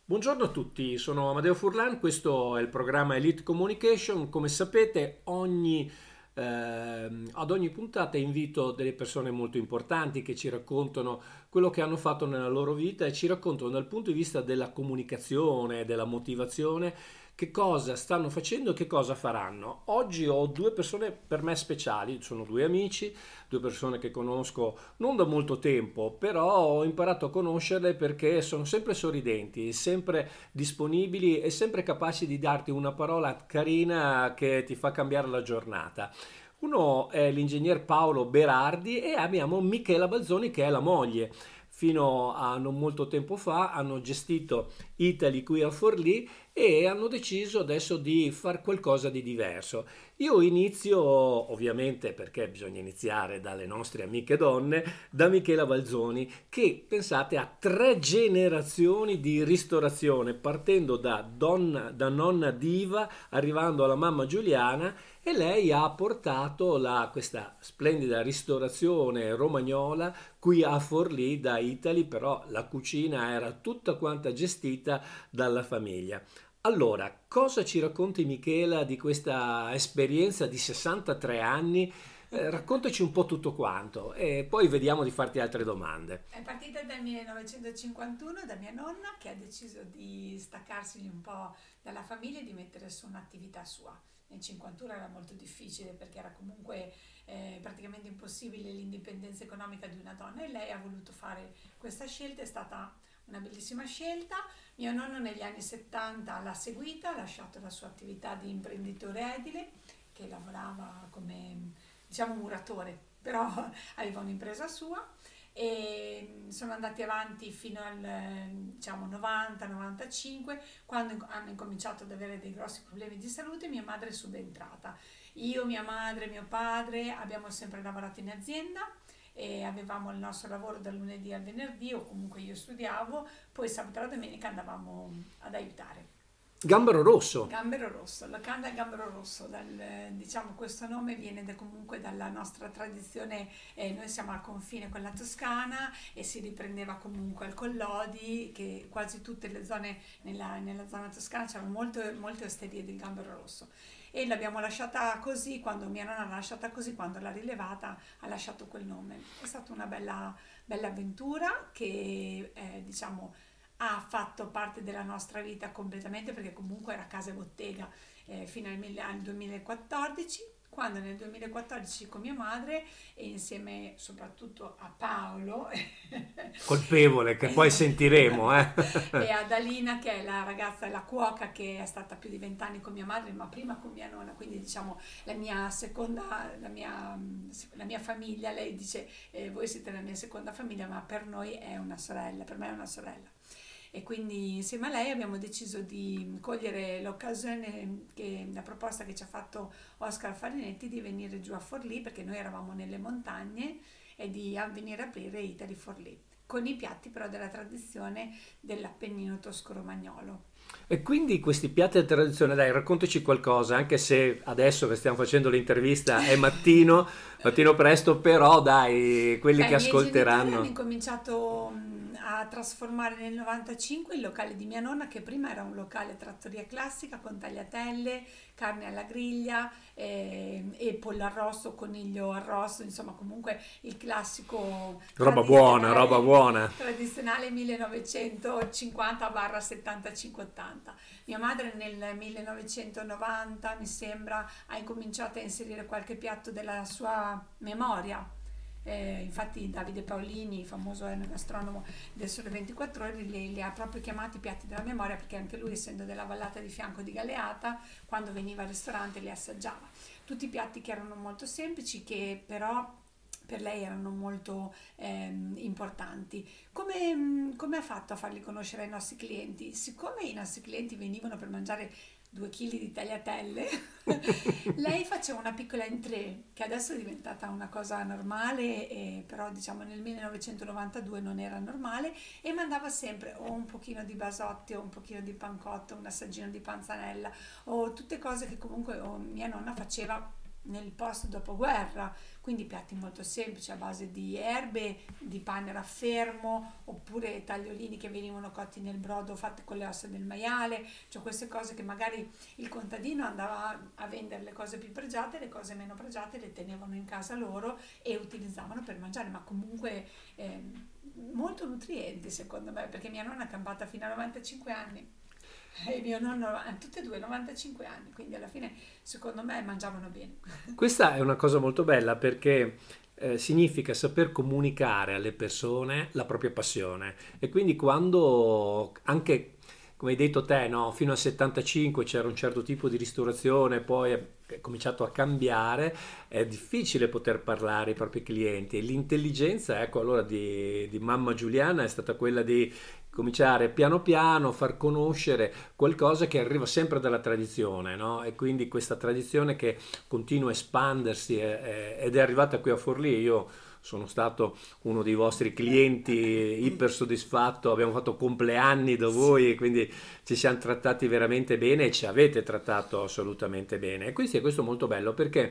Buongiorno a tutti, sono Amadeo Furlan, questo è il programma Elite Communication. Come sapete, ad ogni puntata invito delle persone molto importanti che ci raccontano quello che hanno fatto nella loro vita e ci raccontano dal punto di vista della comunicazione, della motivazione, che cosa stanno facendo e che cosa faranno. Oggi ho due persone per me speciali, sono due amici, due persone che conosco non da molto tempo, però ho imparato a conoscerle perché sono sempre sorridenti, sempre disponibili e sempre capaci di darti una parola carina che ti fa cambiare la giornata. Uno è l'ingegner Paolo Berardi e abbiamo Michela Balzoni che è la moglie. Fino a non molto tempo fa hanno gestito Italy qui a Forlì e hanno deciso adesso di fare qualcosa di diverso. Io inizio, ovviamente, perché bisogna iniziare dalle nostre amiche donne, da Michela Balzoni, che pensate ha tre generazioni di ristorazione, partendo da nonna Diva, arrivando alla mamma Giuliana, e lei ha portato questa splendida ristorazione romagnola qui a Forlì da Italy, però la cucina era tutta quanta gestita dalla famiglia. Allora, cosa ci racconti Michela di questa esperienza di 63 anni? Raccontaci un po' tutto quanto e poi vediamo di farti altre domande. È partita dal 1951 da mia nonna che ha deciso di staccarsi un po' dalla famiglia e di mettere su un'attività sua. Nel 51 era molto difficile perché era comunque praticamente impossibile l'indipendenza economica di una donna e lei ha voluto fare questa scelta, è stata una bellissima scelta. Mio nonno negli anni 70 l'ha seguita, ha lasciato la sua attività di imprenditore edile che lavorava come diciamo muratore, però aveva un'impresa sua e sono andati avanti fino al diciamo 90-95 quando hanno incominciato ad avere dei grossi problemi di salute. Mia madre è subentrata, io, mia madre, mio padre abbiamo sempre lavorato in azienda e avevamo il nostro lavoro dal lunedì al venerdì o comunque io studiavo, poi sabato e la domenica andavamo ad aiutare. Gambero Rosso. Gambero Rosso, locanda Gambero Rosso, diciamo questo nome viene comunque dalla nostra tradizione, noi siamo al confine con la Toscana e si riprendeva comunque al Collodi, che quasi tutte le zone nella zona toscana c'erano molte osterie del Gambero Rosso e l'abbiamo lasciata così, quando mia nonna l'ha lasciata così, quando l'ha rilevata ha lasciato quel nome. È stata una bella avventura che diciamo ha fatto parte della nostra vita completamente perché comunque era casa e bottega fino al 2014, quando nel 2014 con mia madre e insieme soprattutto a Paolo Colpevole, che poi esatto, sentiremo, eh. e ad Alina che è la ragazza, la cuoca che è stata più di 20 anni con mia madre ma prima con mia nonna, quindi diciamo la mia famiglia. Lei dice voi siete la mia seconda famiglia ma per noi è una sorella, per me è una sorella. E quindi insieme a lei abbiamo deciso di cogliere l'occasione, la proposta che ci ha fatto Oscar Farinetti di venire giù a Forlì perché noi eravamo nelle montagne e di venire a aprire Italy Forlì con i piatti però della tradizione dell'Appennino tosco-romagnolo. E quindi questi piatti di tradizione, dai, raccontaci qualcosa, anche se adesso che stiamo facendo l'intervista è mattino presto, però dai, quelli Beh, che i miei genitori hanno ascolteranno. incominciato a trasformare nel 95 il locale di mia nonna, che prima era un locale trattoria classica con tagliatelle, carne alla griglia e pollo arrosto, coniglio arrosto, insomma comunque il classico Roba tradizionale, buona. tradizionale 1950-75-80. Mia madre nel 1990, mi sembra, ha incominciato a inserire qualche piatto della sua memoria. Infatti Davide Paolini, famoso enogastronomo del Sole 24 Ore, li ha proprio chiamati piatti della memoria perché anche lui, essendo della vallata di fianco di Galeata, quando veniva al ristorante li assaggiava. Tutti piatti che erano molto semplici, che però per lei erano molto importanti. Come ha fatto a farli conoscere ai nostri clienti? Siccome i nostri clienti venivano per mangiare 2 kg di tagliatelle, lei faceva una piccola entrée che adesso è diventata una cosa normale, però diciamo nel 1992 non era normale, e mandava sempre o un pochino di basotti o un pochino di pancotto, un assaggino di panzanella o tutte cose che comunque mia nonna faceva nel post dopoguerra, quindi piatti molto semplici a base di erbe, di pane raffermo, oppure tagliolini che venivano cotti nel brodo fatti con le ossa del maiale, cioè queste cose che magari il contadino andava a vendere le cose più pregiate, le cose meno pregiate le tenevano in casa loro e utilizzavano per mangiare, ma comunque molto nutrienti secondo me, perché mia nonna è campata fino a 95 anni e mio nonno tutti e due 95 anni, quindi alla fine secondo me mangiavano bene. Questa è una cosa molto bella perché significa saper comunicare alle persone la propria passione, e quindi quando anche, come hai detto te, no, fino al 75 c'era un certo tipo di ristorazione, poi è cominciato a cambiare, è difficile poter parlare ai propri clienti, e l'intelligenza, ecco, allora di mamma Giuliana è stata quella di cominciare piano piano, far conoscere qualcosa che arriva sempre dalla tradizione, no? E quindi questa tradizione che continua a espandersi ed è arrivata qui a Forlì. Io sono stato uno dei vostri clienti iper soddisfatto, abbiamo fatto compleanni da voi e quindi ci siamo trattati veramente bene e ci avete trattato assolutamente bene. E questo è molto bello perché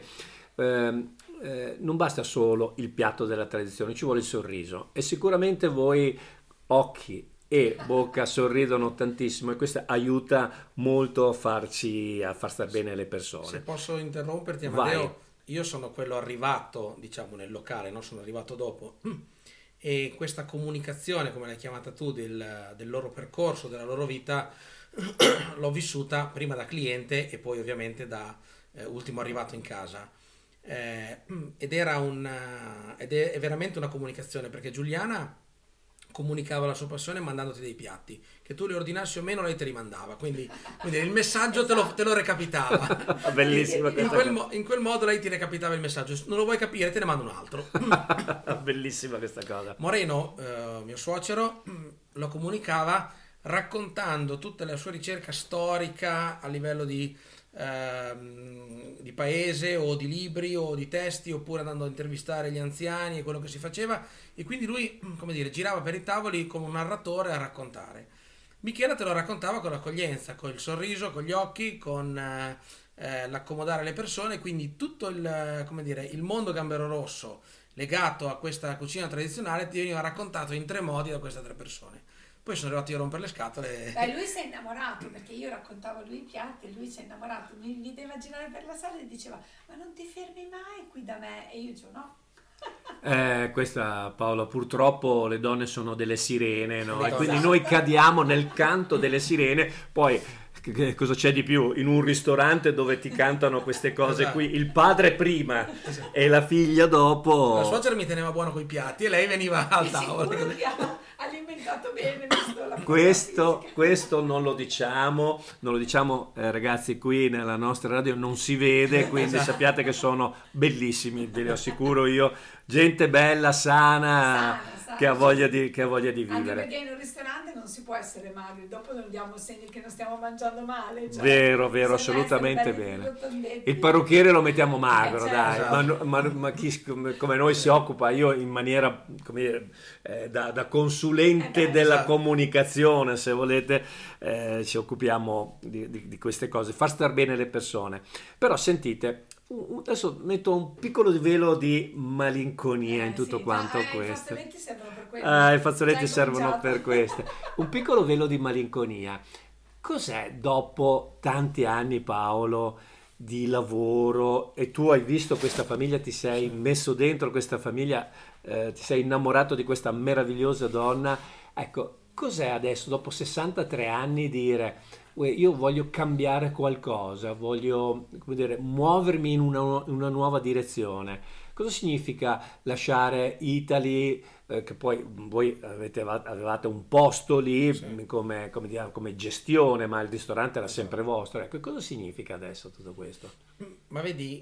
non basta solo il piatto della tradizione, ci vuole il sorriso, e sicuramente voi occhi e bocca sorridono tantissimo, e questo aiuta molto a far star bene le persone. Se posso interromperti, Vai. Amadeo, io sono quello arrivato, diciamo, nel locale, no? Sono arrivato dopo, e questa comunicazione, come l'hai chiamata tu, del loro percorso, della loro vita, l'ho vissuta prima da cliente e poi ovviamente da ultimo arrivato in casa. Ed è veramente una comunicazione, perché Giuliana comunicava la sua passione mandandoti dei piatti che tu li ordinassi o meno, lei te li mandava, quindi il messaggio te lo recapitava. Bellissima In quel modo lei ti recapitava il messaggio. Non lo vuoi capire, te ne mando un altro. Bellissima questa cosa. Moreno, mio suocero, lo comunicava raccontando tutta la sua ricerca storica a livello di paese o di libri o di testi, oppure andando a intervistare gli anziani e quello che si faceva, e quindi lui, come dire, girava per i tavoli come un narratore a raccontare. Michela te lo raccontava con l'accoglienza, con il sorriso, con gli occhi, con l'accomodare le persone, quindi tutto il mondo Gambero Rosso legato a questa cucina tradizionale ti veniva raccontato in 3 modi da queste 3 persone. Poi sono arrivato io a rompere le scatole. Lui si è innamorato, perché io raccontavo a lui i piatti e lui si è innamorato, mi vedeva girare per la sala e diceva: ma non ti fermi mai qui da me? E io dicevo no. Questa, Paola, purtroppo le donne sono delle sirene, no? E quindi Esatto. noi cadiamo nel canto delle sirene. Poi cosa c'è di più in un ristorante dove ti cantano queste cose? Esatto. Qui il padre prima e la figlia dopo. La suocera mi teneva buono coi piatti e lei veniva al tavolo. Sicuro che ha alimentato bene la Questo non lo diciamo, ragazzi, qui nella nostra radio non si vede, quindi sappiate che sono bellissimi, ve lo assicuro io, gente bella, sana. Che ha voglia di vivere. Anche perché in un ristorante non si può essere magri, dopo non diamo segni che non stiamo mangiando male. Cioè, vero, assolutamente bene. Il parrucchiere lo mettiamo magro, dai, esatto. ma chi come noi si occupa, io in maniera, come dire, da consulente della comunicazione, se volete, ci occupiamo di queste cose, far star bene le persone. Però sentite, adesso metto un piccolo velo di malinconia in tutto quanto questo. I fazzoletti servono per questo. I fazzoletti servono per questo. Un piccolo velo di malinconia. Cos'è dopo tanti anni, Paolo, di lavoro, e tu hai visto questa famiglia, ti sei messo dentro questa famiglia, ti sei innamorato di questa meravigliosa donna. Ecco, cos'è adesso, dopo 63 anni, dire: io voglio cambiare qualcosa, voglio, come dire, muovermi in una nuova direzione? Cosa significa lasciare Italy, che poi voi avevate un posto lì, Sì. come gestione, ma il ristorante era sempre vostro? Ecco, cosa significa adesso tutto questo? Ma vedi,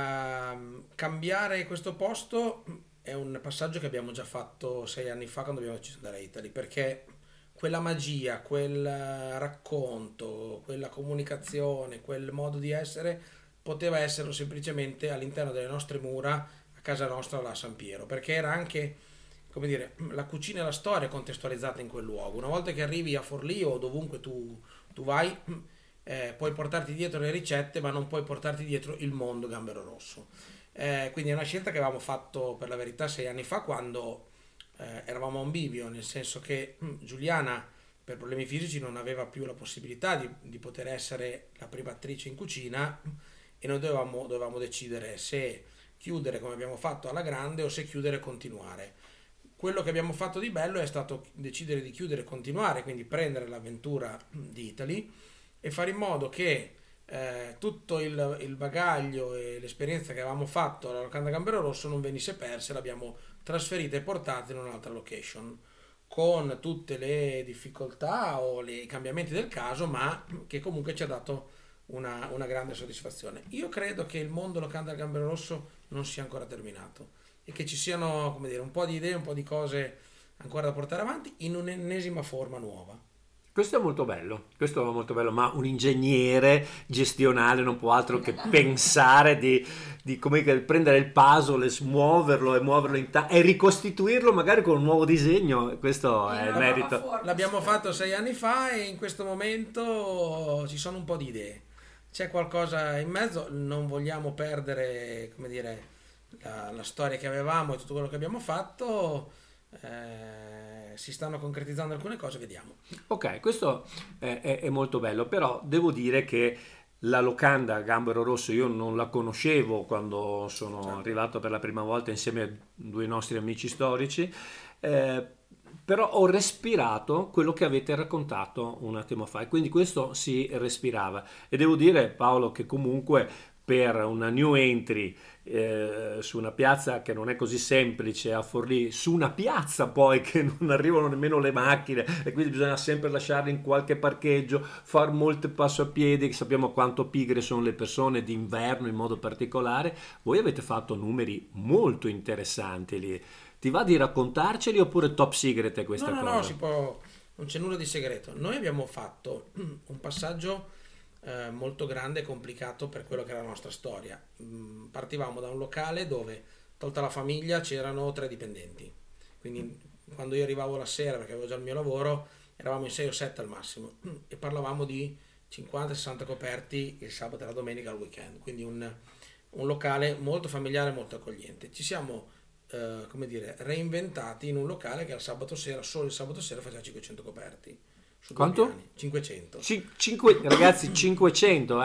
cambiare questo posto è un passaggio che abbiamo già fatto 6 anni fa, quando abbiamo deciso di andare a Italy, perché quella magia, quel racconto, quella comunicazione, quel modo di essere poteva esserlo semplicemente all'interno delle nostre mura, a casa nostra là a San Piero, perché era anche, come dire, la cucina e la storia contestualizzata in quel luogo. Una volta che arrivi a Forlì o dovunque tu vai, puoi portarti dietro le ricette, ma non puoi portarti dietro il mondo Gambero Rosso. Quindi è una scelta che avevamo fatto per la verità 6 anni fa, quando eravamo a un bivio, nel senso che Giuliana per problemi fisici non aveva più la possibilità di poter essere la prima attrice in cucina, e noi dovevamo decidere se chiudere come abbiamo fatto alla grande o se chiudere e continuare. Quello che abbiamo fatto di bello è stato decidere di chiudere e continuare, quindi prendere l'avventura di Italy e fare in modo che tutto il bagaglio e l'esperienza che avevamo fatto alla locanda Gambero Rosso non venisse persa. L'abbiamo trasferita e portata in un'altra location, con tutte le difficoltà o i cambiamenti del caso, ma che comunque ci ha dato una grande soddisfazione. Io credo che il mondo locanda del Gambero Rosso non sia ancora terminato e che ci siano, come dire, un po' di idee, un po' di cose ancora da portare avanti in un'ennesima forma nuova. Questo è molto bello, ma un ingegnere gestionale non può altro che pensare di come prendere il puzzle, smuoverlo e muoverlo e ricostituirlo magari con un nuovo disegno. Questo è il merito. L'abbiamo fatto 6 anni fa e in questo momento ci sono un po' di idee. C'è qualcosa in mezzo, non vogliamo perdere, come dire, la storia che avevamo e tutto quello che abbiamo fatto. Si stanno concretizzando alcune cose, vediamo. Ok, questo è molto bello, però devo dire che la locanda Gambero Rosso io non la conoscevo quando sono arrivato per la prima volta insieme a 2 nostri amici storici, però ho respirato quello che avete raccontato un attimo fa, e quindi questo si respirava. E devo dire, Paolo, che comunque per una new entry su una piazza che non è così semplice a Forlì, su una piazza poi che non arrivano nemmeno le macchine e quindi bisogna sempre lasciarle in qualche parcheggio, far molte passo a piedi, sappiamo quanto pigre sono le persone d'inverno in modo particolare. Voi avete fatto numeri molto interessanti lì. Ti va di raccontarceli oppure top secret è questa cosa? No, non c'è nulla di segreto. Noi abbiamo fatto un passaggio molto grande e complicato per quello che era la nostra storia. Partivamo da un locale dove, tolta la famiglia, c'erano 3 dipendenti, quindi quando io arrivavo la sera, perché avevo già il mio lavoro, eravamo in 6 o 7 al massimo, e parlavamo di 50-60 coperti il sabato e la domenica al weekend, quindi un locale molto familiare, molto accogliente. Ci siamo come dire, reinventati in un locale che al sabato sera, solo il sabato sera, faceva 500 coperti. Quanto? 500. Ragazzi, 500,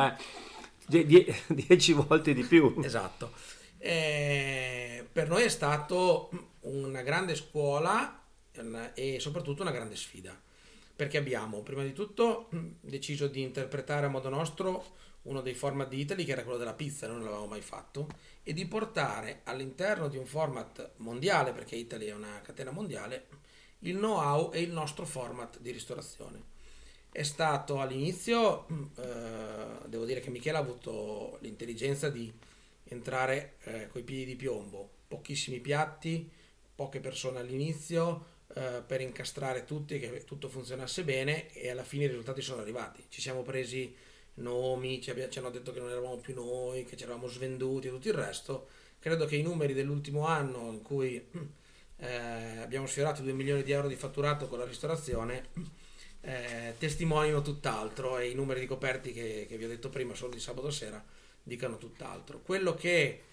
10 volte di più. Esatto. Per noi è stato una grande scuola e soprattutto una grande sfida, perché abbiamo prima di tutto deciso di interpretare a modo nostro uno dei format di Italy, che era quello della pizza, noi non l'avevamo mai fatto, e di portare all'interno di un format mondiale, perché Italy è una catena mondiale, il know-how e il nostro format di ristorazione. È stato all'inizio, devo dire che Michele ha avuto l'intelligenza di entrare coi piedi di piombo, pochissimi piatti, poche persone all'inizio, per incastrare tutti e che tutto funzionasse bene, e alla fine i risultati sono arrivati. Ci siamo presi nomi, ci hanno detto che non eravamo più noi, che ci eravamo svenduti e tutto il resto. Credo che i numeri dell'ultimo anno, in cui abbiamo sfiorato 2 milioni di euro di fatturato con la ristorazione, testimoniano tutt'altro, e i numeri di coperti che vi ho detto prima solo di sabato sera dicano tutt'altro. Quello che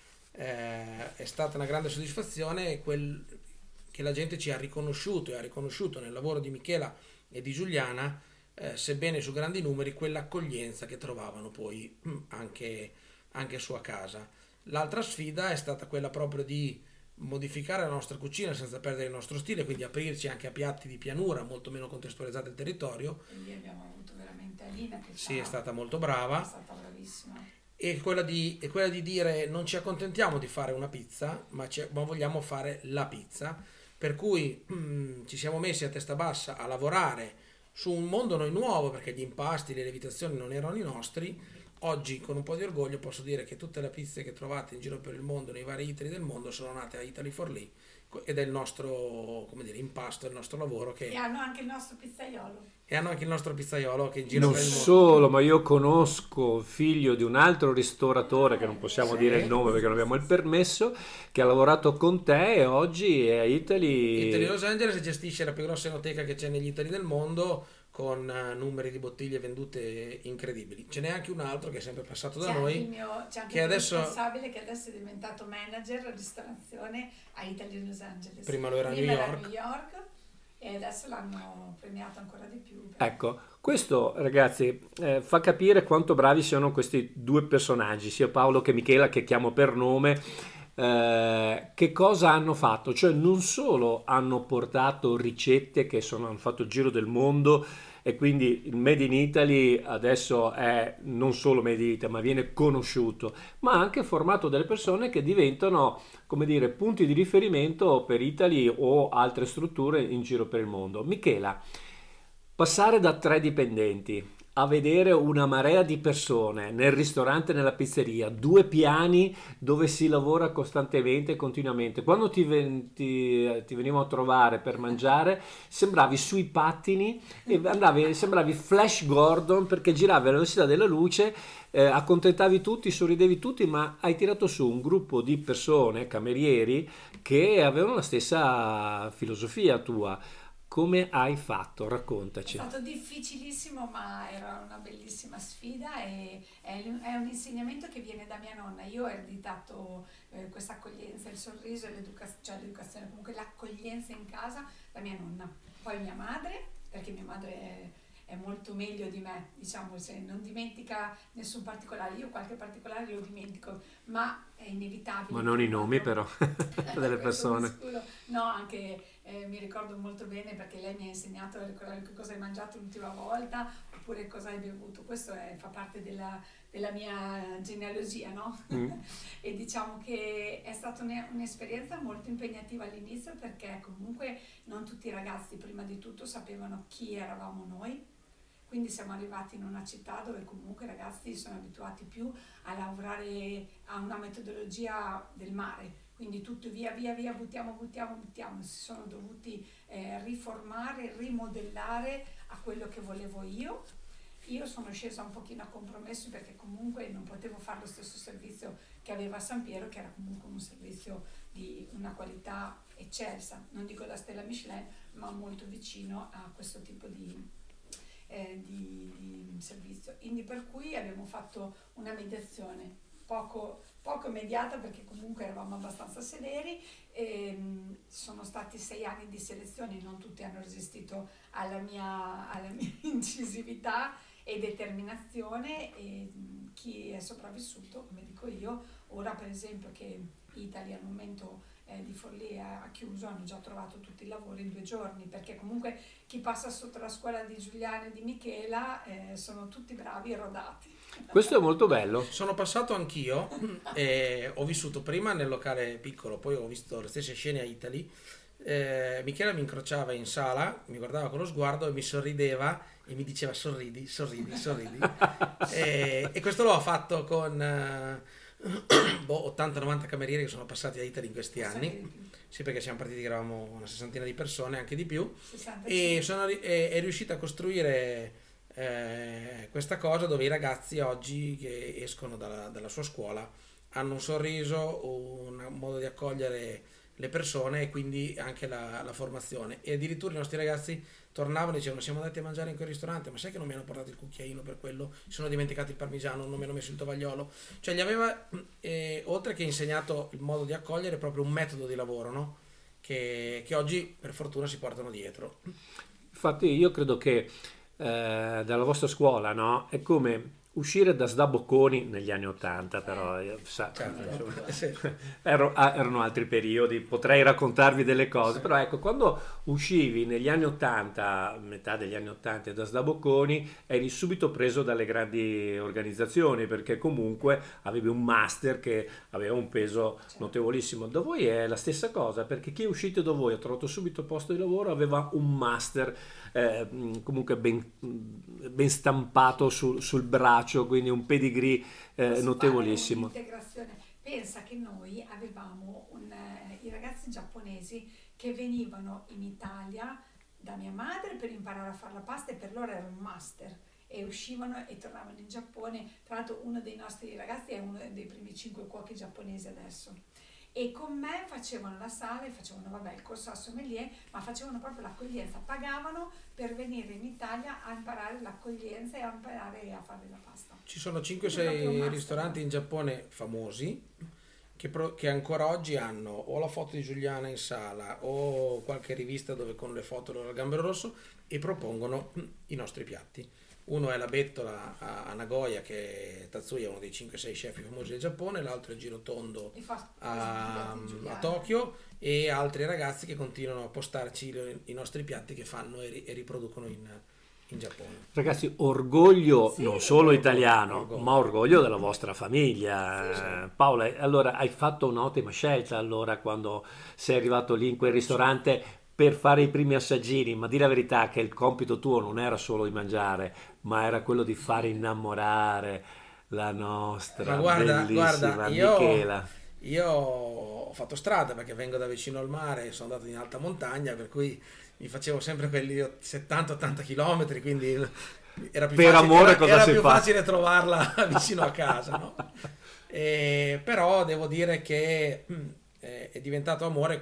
è stata una grande soddisfazione è che la gente ci ha riconosciuto, e ha riconosciuto nel lavoro di Michela e di Giuliana, sebbene su grandi numeri, quell'accoglienza che trovavano poi anche su a casa. L'altra sfida è stata quella proprio di modificare la nostra cucina senza perdere il nostro stile, quindi aprirci anche a piatti di pianura molto meno contestualizzati al territorio. E lì abbiamo avuto veramente Alina che sì, è stata molto brava, è stata bravissima. E quella di dire: non ci accontentiamo di fare una pizza, ma vogliamo fare la pizza, per cui ci siamo messi a testa bassa a lavorare su un mondo noi nuovo, perché gli impasti, le lievitazioni non erano i nostri. Oggi con un po' di orgoglio posso dire che tutte le pizze che trovate in giro per il mondo, nei vari Italy del mondo, sono nate a Italy Forlì, ed è il nostro, come dire, impasto, il nostro lavoro. E hanno anche il nostro pizzaiolo. E hanno anche il nostro pizzaiolo che in giro non per il mondo. Solo, ma io conosco figlio di un altro ristoratore, che non possiamo dire il nome perché non abbiamo il permesso, che ha lavorato con te e oggi è a Italy Los Angeles, e gestisce la più grossa enoteca che c'è negli Italy del mondo, con numeri di bottiglie vendute incredibili. Ce n'è anche un altro che è sempre passato da C'è noi, c'è anche che il adesso, responsabile che adesso è diventato manager di ristorazione a Italy Los Angeles. prima lo era a New Prima era a York. New York e adesso l'hanno premiato ancora di più. Ecco, questo ragazzi fa capire quanto bravi siano questi due personaggi, sia Paolo che Michela, che chiamo per nome. Che cosa hanno fatto? Cioè non solo hanno portato ricette hanno fatto il giro del mondo e quindi il Made in Italy adesso è non solo Made in Italy ma viene conosciuto, ma ha anche formato delle persone che diventano, come dire, punti di riferimento per Italy o altre strutture in giro per il mondo. Michela, passare da 3 dipendenti a vedere una marea di persone nel ristorante, nella pizzeria, 2 piani dove si lavora costantemente e continuamente. Quando ti venivo a trovare per mangiare, sembravi sui pattini e sembravi Flash Gordon perché giravi alla velocità della luce, accontentavi tutti, sorridevi tutti, ma hai tirato su un gruppo di persone, camerieri, che avevano la stessa filosofia tua. Come hai fatto? È Raccontaci. stato difficilissimo, ma era una bellissima sfida e è un insegnamento che viene da mia nonna. Io ho ereditato questa accoglienza, il sorriso e cioè l'educazione, comunque l'accoglienza in casa da mia nonna. Poi mia madre, perché mia madre è molto meglio di me, diciamo, se non dimentica nessun particolare. Io qualche particolare lo dimentico, ma è inevitabile. Ma non i nomi quando- però delle Questo mi persone. sicuro. No, anche mi ricordo molto bene perché lei mi ha insegnato a ricordare che cosa hai mangiato l'ultima volta oppure cosa hai bevuto. Questo fa parte della mia genealogia, no? Mm. E diciamo che è stata un'esperienza molto impegnativa all'inizio perché comunque non tutti i ragazzi prima di tutto sapevano chi eravamo noi. Quindi siamo arrivati in una città dove comunque i ragazzi sono abituati più a lavorare a una metodologia del mare, quindi tutto via via via, buttiamo, si sono dovuti riformare, rimodellare a quello che volevo io. Io sono scesa un pochino a compromessi perché comunque non potevo fare lo stesso servizio che aveva San Piero, che era comunque un servizio di una qualità eccelsa, non dico la stella Michelin, ma molto vicino a questo tipo di servizio. Quindi per cui abbiamo fatto una mediazione poco mediata perché comunque eravamo abbastanza severi e sono stati 6 anni di selezione, non tutti hanno resistito alla mia incisività e determinazione e chi è sopravvissuto, come dico io, ora per esempio che Italia al momento di Forlì ha chiuso, hanno già trovato tutti i lavori in 2 giorni, perché comunque chi passa sotto la scuola di Giuliana e di Michela sono tutti bravi e rodati. Questo è molto bello. Sono passato anch'io e ho vissuto prima nel locale piccolo, poi ho visto le stesse scene a Italy. Michela mi incrociava in sala, mi guardava con lo sguardo e mi sorrideva e mi diceva sorridi, sorridi, sorridi. E questo l'ho fatto con 80-90 camerieri che sono passati a Italy in questi anni. Sì, perché siamo partiti che eravamo una 60ina di persone, anche di più. 65. E è riuscita a costruire questa cosa dove i ragazzi oggi che escono dalla sua scuola hanno un sorriso, un modo di accogliere le persone e quindi anche la formazione. E addirittura i nostri ragazzi tornavano e dicevano: siamo andati a mangiare in quel ristorante, ma sai che non mi hanno portato il cucchiaino per quello, si sono dimenticati il parmigiano, non mi hanno messo il tovagliolo. Cioè gli aveva oltre che insegnato il modo di accogliere, proprio un metodo di lavoro, no? Che oggi per fortuna si portano dietro. Infatti io credo che dalla vostra scuola, no? È come uscire da Sdabocconi negli anni '80, però insomma, Sì. erano altri periodi, potrei raccontarvi delle cose, però ecco, quando uscivi negli anni '80, metà degli anni '80 da Sdabocconi, eri subito preso dalle grandi organizzazioni, perché comunque avevi un master che aveva un peso notevolissimo. Da voi è la stessa cosa, perché chi è uscito da voi ha trovato subito posto di lavoro, aveva un master comunque ben stampato sul braccio, quindi un pedigree notevolissimo. Integrazione. Pensa che noi avevamo i ragazzi giapponesi che venivano in Italia da mia madre per imparare a fare la pasta e per loro era un master e uscivano e tornavano in Giappone. Tra l'altro uno dei nostri ragazzi è uno dei primi 5 cuochi giapponesi adesso. e con me facevano la sala e facevano vabbè il corso a sommelier, ma facevano proprio l'accoglienza, pagavano per venire in Italia a imparare l'accoglienza e a imparare a fare la pasta. Ci sono 5-6 ristoranti in Giappone famosi che ancora oggi hanno o la foto di Giuliana in sala o qualche rivista dove con le foto del gambero rosso e propongono i nostri piatti. Uno è la Bettola a Nagoya, che Tatsuya è uno dei 5-6 chef famosi del Giappone, l'altro è il Girotondo a Tokyo, e altri ragazzi che continuano a postarci i nostri piatti che fanno e riproducono in Giappone. Ragazzi, orgoglio non solo italiano, ma orgoglio della vostra famiglia. Sì. Paola, allora hai fatto un'ottima scelta allora quando sei arrivato lì in quel ristorante per fare i primi assaggini, ma di la verità che il compito tuo non era solo di mangiare, ma era quello di fare innamorare la nostra bellissima Michela. Io ho fatto strada perché vengo da vicino al mare e sono andato in alta montagna, per cui mi facevo sempre quelli 70-80 km, quindi era più facile trovarla vicino a casa, no? Però devo dire che è diventato amore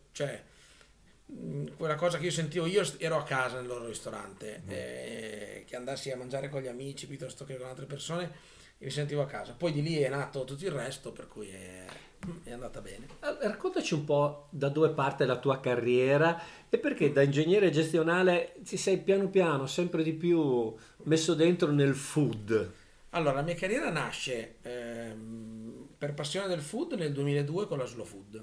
quella cosa che io sentivo, io ero a casa nel loro ristorante, che andassi a mangiare con gli amici piuttosto che con altre persone, e mi sentivo a casa. Poi di lì è nato tutto il resto, per cui è andata bene. Raccontaci un po' da dove parte la tua carriera e perché da ingegnere gestionale ti sei piano piano sempre di più messo dentro nel food. Allora, la mia carriera nasce per passione del food nel 2002 con la Slow Food.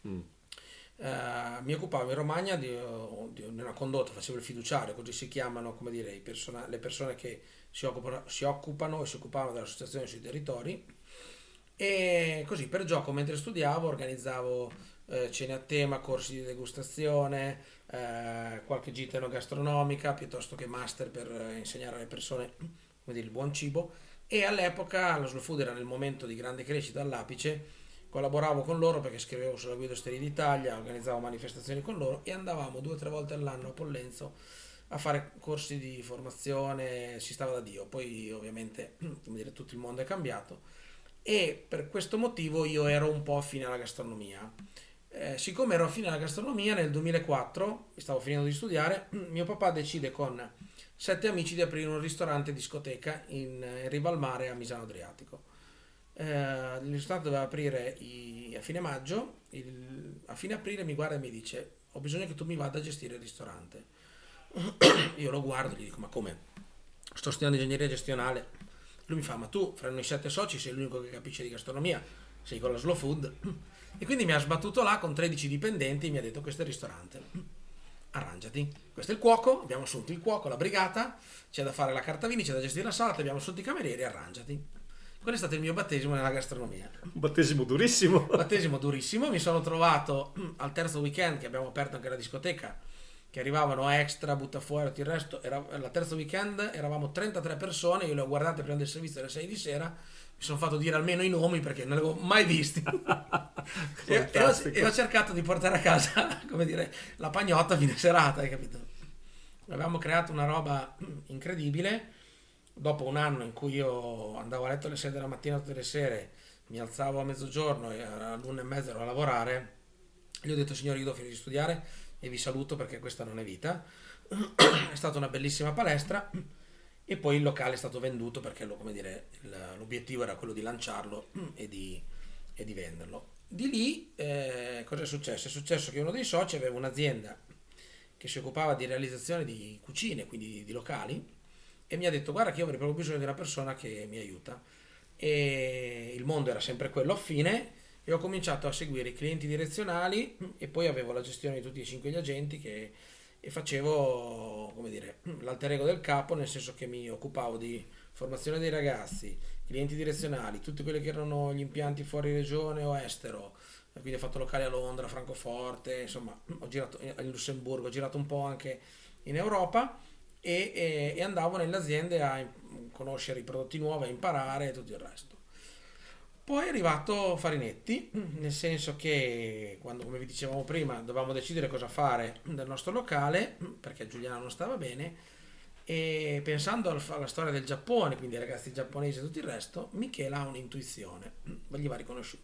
Mi occupavo in Romagna di una condotta, facevo il fiduciario, così si chiamano, come dire, le persone che si occupano e si occupavano dell'associazione sui territori, e così per gioco mentre studiavo organizzavo cene a tema, corsi di degustazione, qualche gita enogastronomica piuttosto che master per insegnare alle persone, come dire, il buon cibo. E all'epoca lo Slow Food era nel momento di grande crescita, all'apice. Collaboravo con loro perché scrivevo sulla Guida Osteria d'Italia, organizzavo manifestazioni con loro e andavamo 2 o 3 volte all'anno a Pollenzo a fare corsi di formazione, si stava da Dio. Poi ovviamente, come dire, tutto il mondo è cambiato e per questo motivo io ero un po' affine alla gastronomia. Siccome ero affine alla gastronomia, nel 2004, stavo finendo di studiare, mio papà decide con 7 amici di aprire un ristorante discoteca in riva al mare a Misano Adriatico. Il ristorante doveva aprire a fine maggio, a fine aprile mi guarda e mi dice: ho bisogno che tu mi vada a gestire il ristorante. Io lo guardo e gli dico: ma come? Sto studiando ingegneria gestionale. Lui mi fa: ma tu fra noi 7 soci sei l'unico che capisce di gastronomia, sei con la Slow Food. E quindi mi ha sbattuto là con 13 dipendenti e mi ha detto: questo è il ristorante, arrangiati, questo è il cuoco, abbiamo assunto il cuoco, la brigata, c'è da fare la carta vini, c'è da gestire la sala, abbiamo assunto i camerieri, arrangiati. Quello è stato il mio battesimo nella gastronomia. Un battesimo durissimo. Battesimo durissimo. Mi sono trovato al terzo weekend che abbiamo aperto anche la discoteca, che arrivavano extra, butta fuori, tutto il resto. La terzo weekend eravamo 33 persone, io le ho guardate prima del servizio alle 6 di sera, mi sono fatto dire almeno i nomi perché non li avevo mai visti. e ho cercato di portare a casa, come dire, la pagnotta a fine serata, hai capito? Avevamo creato una roba incredibile. Dopo un anno in cui io andavo a letto alle 6 della mattina tutte le sere, mi alzavo a mezzogiorno e all'1:30 ero a lavorare, gli ho detto: signori, io devo finire di studiare e vi saluto perché questa non è vita. È stata una bellissima palestra e poi il locale è stato venduto perché, come dire, l'obiettivo era quello di lanciarlo e di venderlo. Di lì cosa è successo? È successo che uno dei soci aveva un'azienda che si occupava di realizzazione di cucine, quindi di locali, e mi ha detto: guarda che io avrei proprio bisogno di una persona che mi aiuta. E il mondo era sempre quello affine e ho cominciato a seguire i clienti direzionali e poi avevo la gestione di tutti e 5 gli agenti e facevo, come dire, l'alter ego del capo, nel senso che mi occupavo di formazione dei ragazzi, clienti direzionali, tutti quelli che erano gli impianti fuori regione o estero, quindi ho fatto locali a Londra, Francoforte, insomma ho girato in Lussemburgo, ho girato un po' anche in Europa. E andavo nelle aziende a conoscere i prodotti nuovi, a imparare e tutto il resto. Poi è arrivato Farinetti, nel senso che quando, come vi dicevamo prima, dovevamo decidere cosa fare del nostro locale, perché Giuliana non stava bene, e pensando alla storia del Giappone, quindi ai ragazzi giapponesi e tutto il resto, Michela ha un'intuizione, gli va riconosciuta.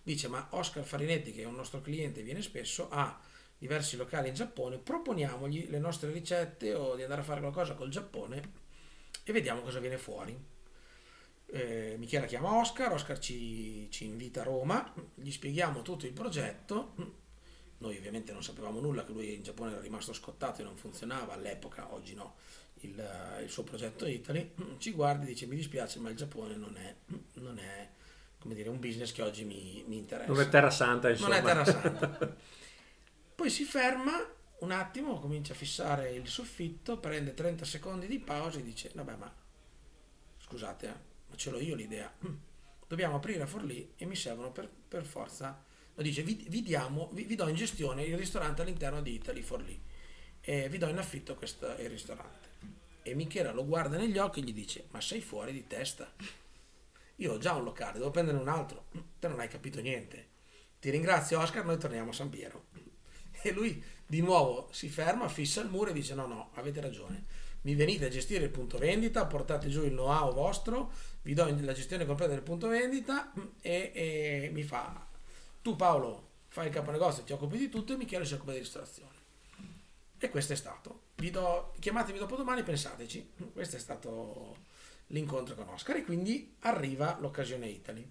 dice: ma Oscar Farinetti, che è un nostro cliente, viene spesso, ha diversi locali in Giappone, proponiamogli le nostre ricette o di andare a fare qualcosa col Giappone e vediamo cosa viene fuori. Michela chiama Oscar ci invita a Roma, gli spieghiamo tutto il progetto. Noi ovviamente non sapevamo nulla, che lui in Giappone era rimasto scottato e non funzionava all'epoca, oggi no, il suo progetto Italy. Ci guarda e dice: mi dispiace, ma il Giappone non è come dire, un business che oggi mi interessa. Non è terra santa, insomma. Non è terra santa. Poi si ferma un attimo, comincia a fissare il soffitto, prende 30 secondi di pausa e dice: vabbè, ma scusate, ma ce l'ho io l'idea. Dobbiamo aprire a Forlì e mi servono per forza. Lo dice: vi do in gestione il ristorante all'interno di Italy Forlì e vi do in affitto il ristorante. E Michela lo guarda negli occhi e gli dice: ma sei fuori di testa? Io ho già un locale, devo prendere un altro. Te non hai capito niente. Ti ringrazio, Oscar, noi torniamo a San Piero. E lui di nuovo si ferma, fissa il muro e dice: no, avete ragione, mi venite a gestire il punto vendita, portate giù il know-how vostro, vi do la gestione completa del punto vendita e mi fa: tu Paolo fai il caponegozio, ti occupi di tutto, e Michele si occupa di ristorazione. E questo è stato. Chiamatevi dopodomani, pensateci. Questo è stato l'incontro con Oscar, e quindi arriva l'occasione Italy.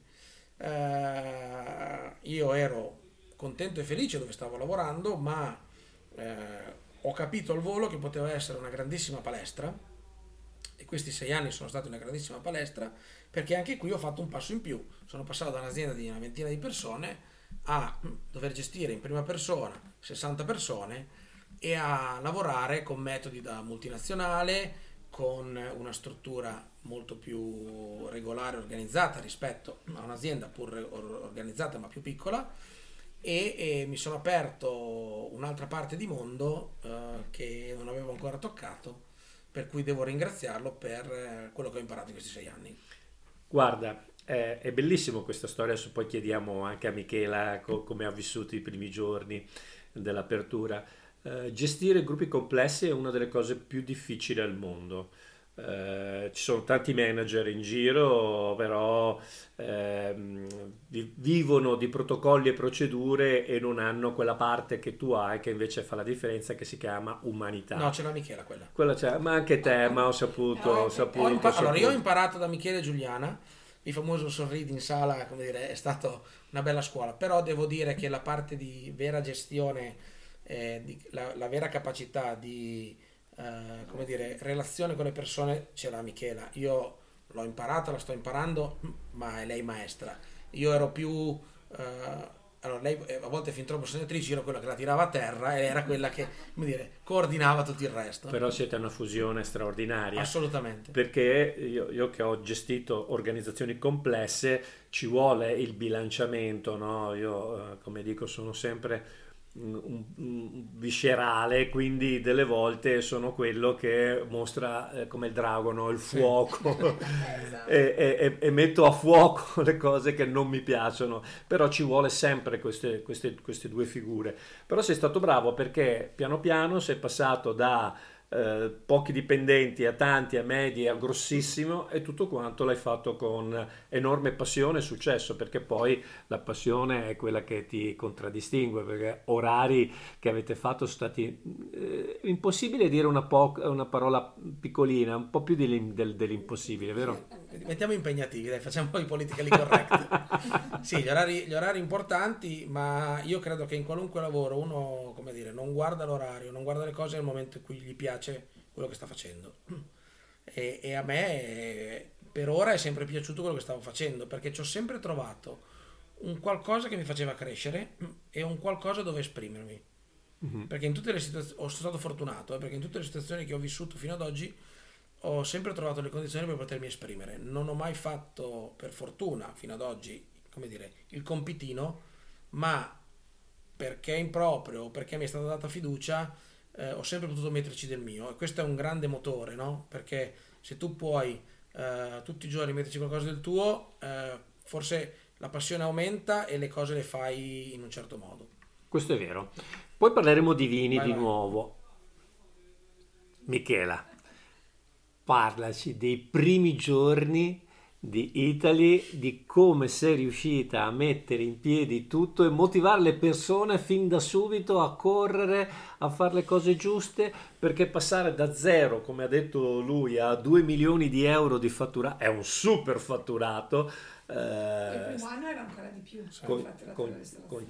Io ero contento e felice dove stavo lavorando, ma ho capito al volo che poteva essere una grandissima palestra, e questi 6 anni sono stati una grandissima palestra, perché anche qui ho fatto un passo in più. Sono passato da un'azienda di una ventina di persone a dover gestire in prima persona 60 persone e a lavorare con metodi da multinazionale, con una struttura molto più regolare e organizzata rispetto a un'azienda pur organizzata ma più piccola, e mi sono aperto un'altra parte di mondo che non avevo ancora toccato, per cui devo ringraziarlo per quello che ho imparato in questi 6 anni. Guarda, è bellissimo questa storia, adesso poi chiediamo anche a Michela come ha vissuto i primi giorni dell'apertura. Gestire gruppi complessi è una delle cose più difficili al mondo. Ci sono tanti manager in giro, però vivono di protocolli e procedure e non hanno quella parte che tu hai, che invece fa la differenza, che si chiama umanità. No, c'è la Michela quella. Quella c'è, ma anche te, ma ho saputo. Allora, io ho imparato da Michele e Giuliana, il famoso sorridi in sala, come dire, è stata una bella scuola, però devo dire che la parte di vera gestione, la vera capacità di come dire, relazione con le persone ce l'ha Michela. Io l'ho imparata, la sto imparando, ma è lei maestra. Io ero più allora lei a volte fin troppo sognatrice, io ero quella che la tirava a terra e era quella che, come dire, coordinava tutto il resto. Però siete una fusione straordinaria. Assolutamente. Perché io che ho gestito organizzazioni complesse, ci vuole il bilanciamento, no? Io come dico, sono sempre un viscerale, quindi delle volte sono quello che mostra come il drago, no? Il fuoco. Esatto. e metto a fuoco le cose che non mi piacciono, però ci vuole sempre queste due figure. Però sei stato bravo, perché piano piano sei passato da pochi dipendenti a tanti, a medi, a grossissimo, e tutto quanto l'hai fatto con enorme passione e successo, perché poi la passione è quella che ti contraddistingue, perché orari che avete fatto sono stati impossibile dire una parola piccolina, un po' più dell'impossibile, vero? Mettiamo impegnativi, dai, facciamo i politically correct. Sì, gli orari importanti, ma io credo che in qualunque lavoro uno, come dire, non guarda l'orario, non guarda le cose nel momento in cui gli piace quello che sta facendo. E a me per ora è sempre piaciuto quello che stavo facendo, perché ci ho sempre trovato un qualcosa che mi faceva crescere e un qualcosa dove esprimermi. Perché in tutte le situazioni, sono stato fortunato, perché in tutte le situazioni che ho vissuto fino ad oggi ho sempre trovato le condizioni per potermi esprimere. Non ho mai fatto, per fortuna, fino ad oggi, come dire, il compitino, ma perché in proprio o perché mi è stata data fiducia, ho sempre potuto metterci del mio, e questo è un grande motore, no? Perché se tu puoi tutti i giorni metterci qualcosa del tuo, forse la passione aumenta e le cose le fai in un certo modo. Questo è vero. Poi parleremo di vini Vai. nuovo. Michela, parlaci dei primi giorni di Italy, di come sei riuscita a mettere in piedi tutto e motivare le persone fin da subito a correre, a fare le cose giuste, perché passare da zero, come ha detto lui, a 2 milioni di euro di fatturato è un super fatturato. Il primo anno era ancora di più, Con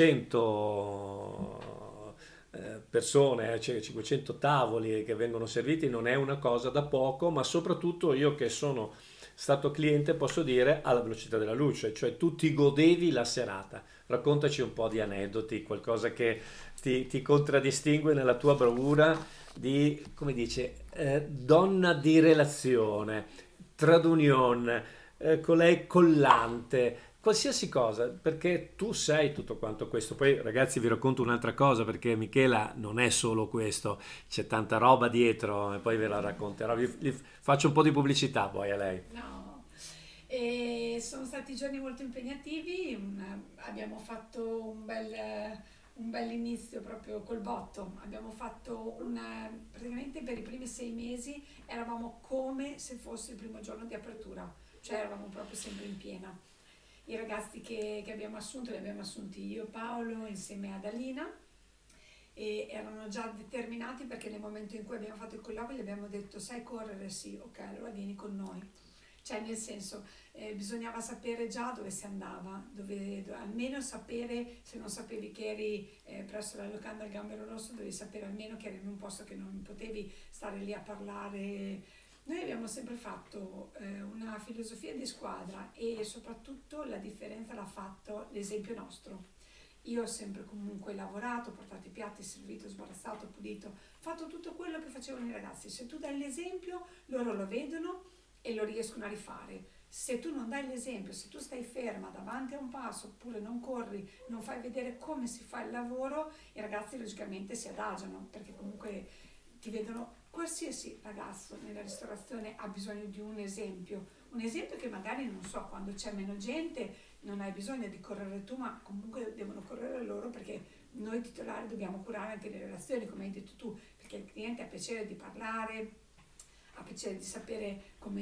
500 persone, cioè 500 tavoli che vengono serviti, non è una cosa da poco, ma soprattutto io che sono stato cliente posso dire alla velocità della luce, cioè tu ti godevi la serata. Raccontaci un po' di aneddoti, qualcosa che ti contraddistingue nella tua bravura di, come dice, donna di relazione, trade union, colei collante, qualsiasi cosa, perché tu sei tutto quanto questo. Poi ragazzi vi racconto un'altra cosa, perché Michela non è solo questo, c'è tanta roba dietro e poi ve la racconterò. Vi faccio un po' di pubblicità poi a lei. No, e sono stati giorni molto impegnativi, abbiamo fatto un bel inizio proprio col botto. Abbiamo fatto praticamente per i primi 6 mesi eravamo come se fosse il primo giorno di apertura, cioè eravamo proprio sempre in piena. I ragazzi che abbiamo assunto, li abbiamo assunti io e Paolo insieme ad Alina, e erano già determinati, perché nel momento in cui abbiamo fatto il colloquio gli abbiamo detto: sai correre? Sì, ok, allora vieni con noi. Cioè, nel senso, bisognava sapere già dove si andava, almeno sapere, se non sapevi che eri presso la locanda del Gambero Rosso, dovevi sapere almeno che eri in un posto, che non potevi stare lì a parlare. Noi abbiamo sempre fatto una filosofia di squadra, e soprattutto la differenza l'ha fatto l'esempio nostro. Io ho sempre comunque lavorato, portato i piatti, servito, sbarazzato, pulito, fatto tutto quello che facevano i ragazzi. Se tu dai l'esempio, loro lo vedono e lo riescono a rifare. Se tu non dai l'esempio, se tu stai ferma davanti a un passo, oppure non corri, non fai vedere come si fa il lavoro, i ragazzi logicamente si adagiano, perché comunque ti vedono. Qualsiasi ragazzo nella ristorazione ha bisogno di un esempio che magari, non so, quando c'è meno gente non hai bisogno di correre tu, ma comunque devono correre loro, perché noi titolari dobbiamo curare anche le relazioni, come hai detto tu, perché il cliente ha piacere di parlare, ha piacere di sapere qual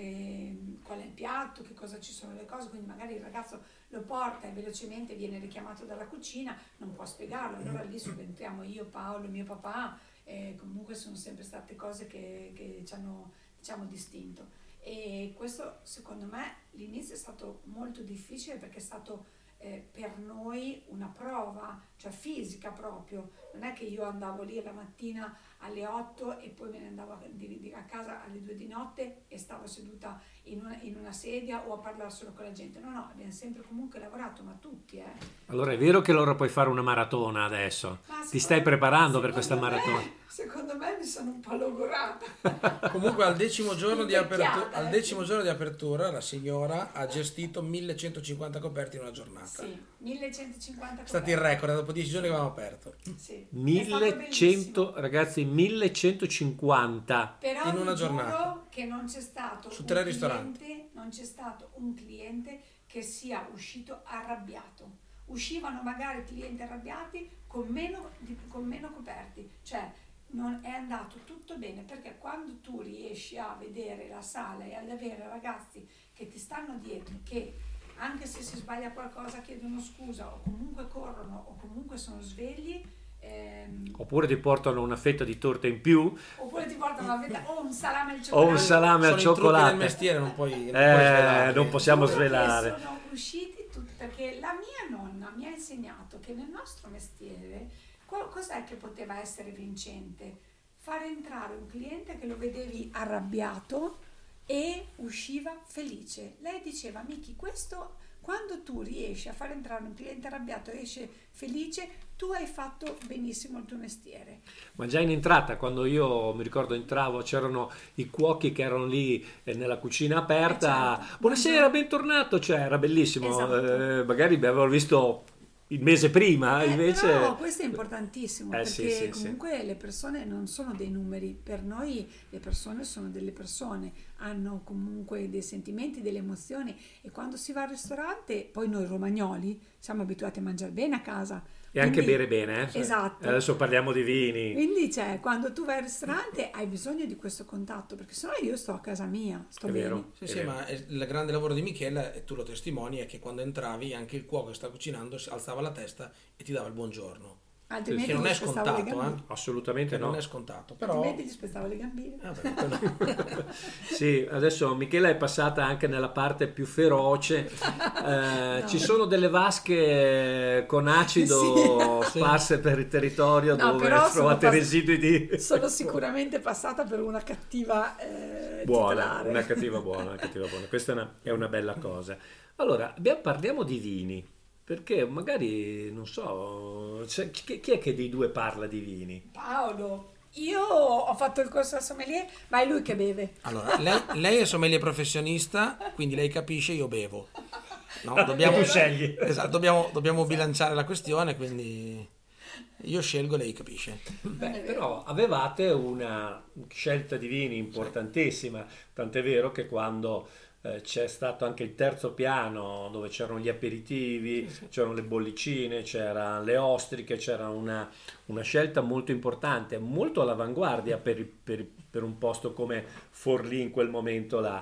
è il piatto, che cosa ci sono le cose. Quindi magari il ragazzo lo porta e velocemente viene richiamato dalla cucina, non può spiegarlo, allora lì subentriamo io, Paolo, mio papà. Comunque sono sempre state cose che ci hanno, diciamo, distinto, e questo secondo me l'inizio è stato molto difficile, perché è stato per noi una prova, cioè fisica proprio. Non è che io andavo lì la mattina alle 8 e poi me ne andavo a casa alle 2 di notte e stavo seduta in una sedia o a parlare solo con la gente. No, abbiamo sempre comunque lavorato, ma tutti. Allora è vero che allora puoi fare una maratona adesso? Ti stai preparando per questa maratona? Secondo me mi sono un po' logorata. Comunque al 10° giorno di apertura la signora ha gestito 1150 coperti in una giornata. Sì, 1150 coperti. È stato il record, dopo 10 giorni che avevamo aperto. Sì, 1100, ragazzi, 1150 però in una giornata. Che non c'è stato su 3 ristoranti. Non c'è stato un cliente che sia uscito arrabbiato. Uscivano magari clienti arrabbiati con meno coperti, cioè non è andato tutto bene, perché quando tu riesci a vedere la sala e ad avere ragazzi che ti stanno dietro, che anche se si sbaglia qualcosa chiedono scusa, o comunque corrono, o comunque sono svegli, oppure ti portano una fetta di torta in più, oppure ti portano una fetta o un salame al cioccolato, o un salame al cioccolato. Del mestiere non puoi svelare. Non possiamo svelare. Sono usciti tutti, perché la mia nonna mi ha insegnato che nel nostro mestiere cos'è che poteva essere vincente? Fare entrare un cliente che lo vedevi arrabbiato e usciva felice. Lei diceva: Miki, questo, quando tu riesci a far entrare un cliente arrabbiato e esce felice, tu hai fatto benissimo il tuo mestiere. Ma già in entrata, quando io mi ricordo entravo, c'erano i cuochi che erano lì nella cucina aperta. Certo. Buonasera, bentornato, cioè era bellissimo. Esatto. Magari mi avevano visto il mese prima, invece... Però questo è importantissimo, perché sì, comunque le persone non sono dei numeri, per noi le persone sono delle persone, hanno comunque dei sentimenti, delle emozioni, e quando si va al ristorante, poi noi romagnoli siamo abituati a mangiare bene a casa, E anche Quindi- bere bene, eh? Esatto. Adesso parliamo di vini. Quindi quando tu vai al ristorante hai bisogno di questo contatto, perché sennò io sto a casa mia, sto È bene. vero. Sì, sì, ma il grande lavoro di Michele, e tu lo testimoni, è che quando entravi anche il cuoco che sta cucinando si alzava la testa e ti dava il buongiorno. Altrimenti Che non gli è spezzavo le scontato, gambine. Assolutamente Che no. non è scontato, però... Altrimenti gli spezzavo le gambine. Vabbè, quello- Sì, adesso Michela è passata anche nella parte più feroce. No. Ci sono delle vasche con acido Sì. sparse per il territorio No, dove però trovate residui di... Sono sicuramente passata per una cattiva Buona, titolare. una cattiva buona, una cattiva buona. Questa è una bella cosa. Allora, parliamo di vini, perché magari, non so, chi è che dei due parla di vini? Paolo, io ho fatto il corso da sommelier, ma è lui che beve. Allora, lei è sommelier professionista, quindi lei capisce, io bevo. No, Tu scegli. Esatto, dobbiamo bilanciare la questione, quindi io scelgo, lei capisce. Beh, però avevate una scelta di vini importantissima, tant'è vero che quando c'è stato anche il terzo piano dove c'erano gli aperitivi, c'erano le bollicine, c'erano le ostriche, c'era una scelta molto importante, molto all'avanguardia per un posto come Forlì in quel momento là.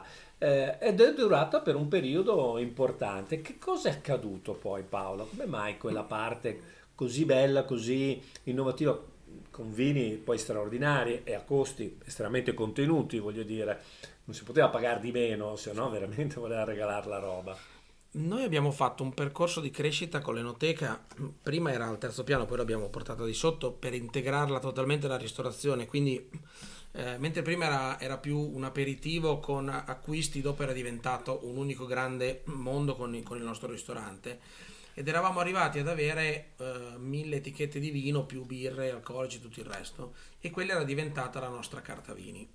Ed è durata per un periodo importante. Che cosa è accaduto poi, Paolo? Come mai quella parte così bella, così innovativa, con vini poi straordinari e a costi estremamente contenuti, voglio dire, non si poteva pagare di meno, se no veramente voleva regalare la roba. Noi abbiamo fatto un percorso di crescita con l'Enoteca, prima era al terzo piano, poi l'abbiamo portata di sotto per integrarla totalmente alla ristorazione, quindi mentre prima era più un aperitivo con acquisti, dopo era diventato un unico grande mondo con il nostro ristorante ed eravamo arrivati ad avere 1000 etichette di vino più birre, alcolici, tutto il resto, e quella era diventata la nostra carta vini.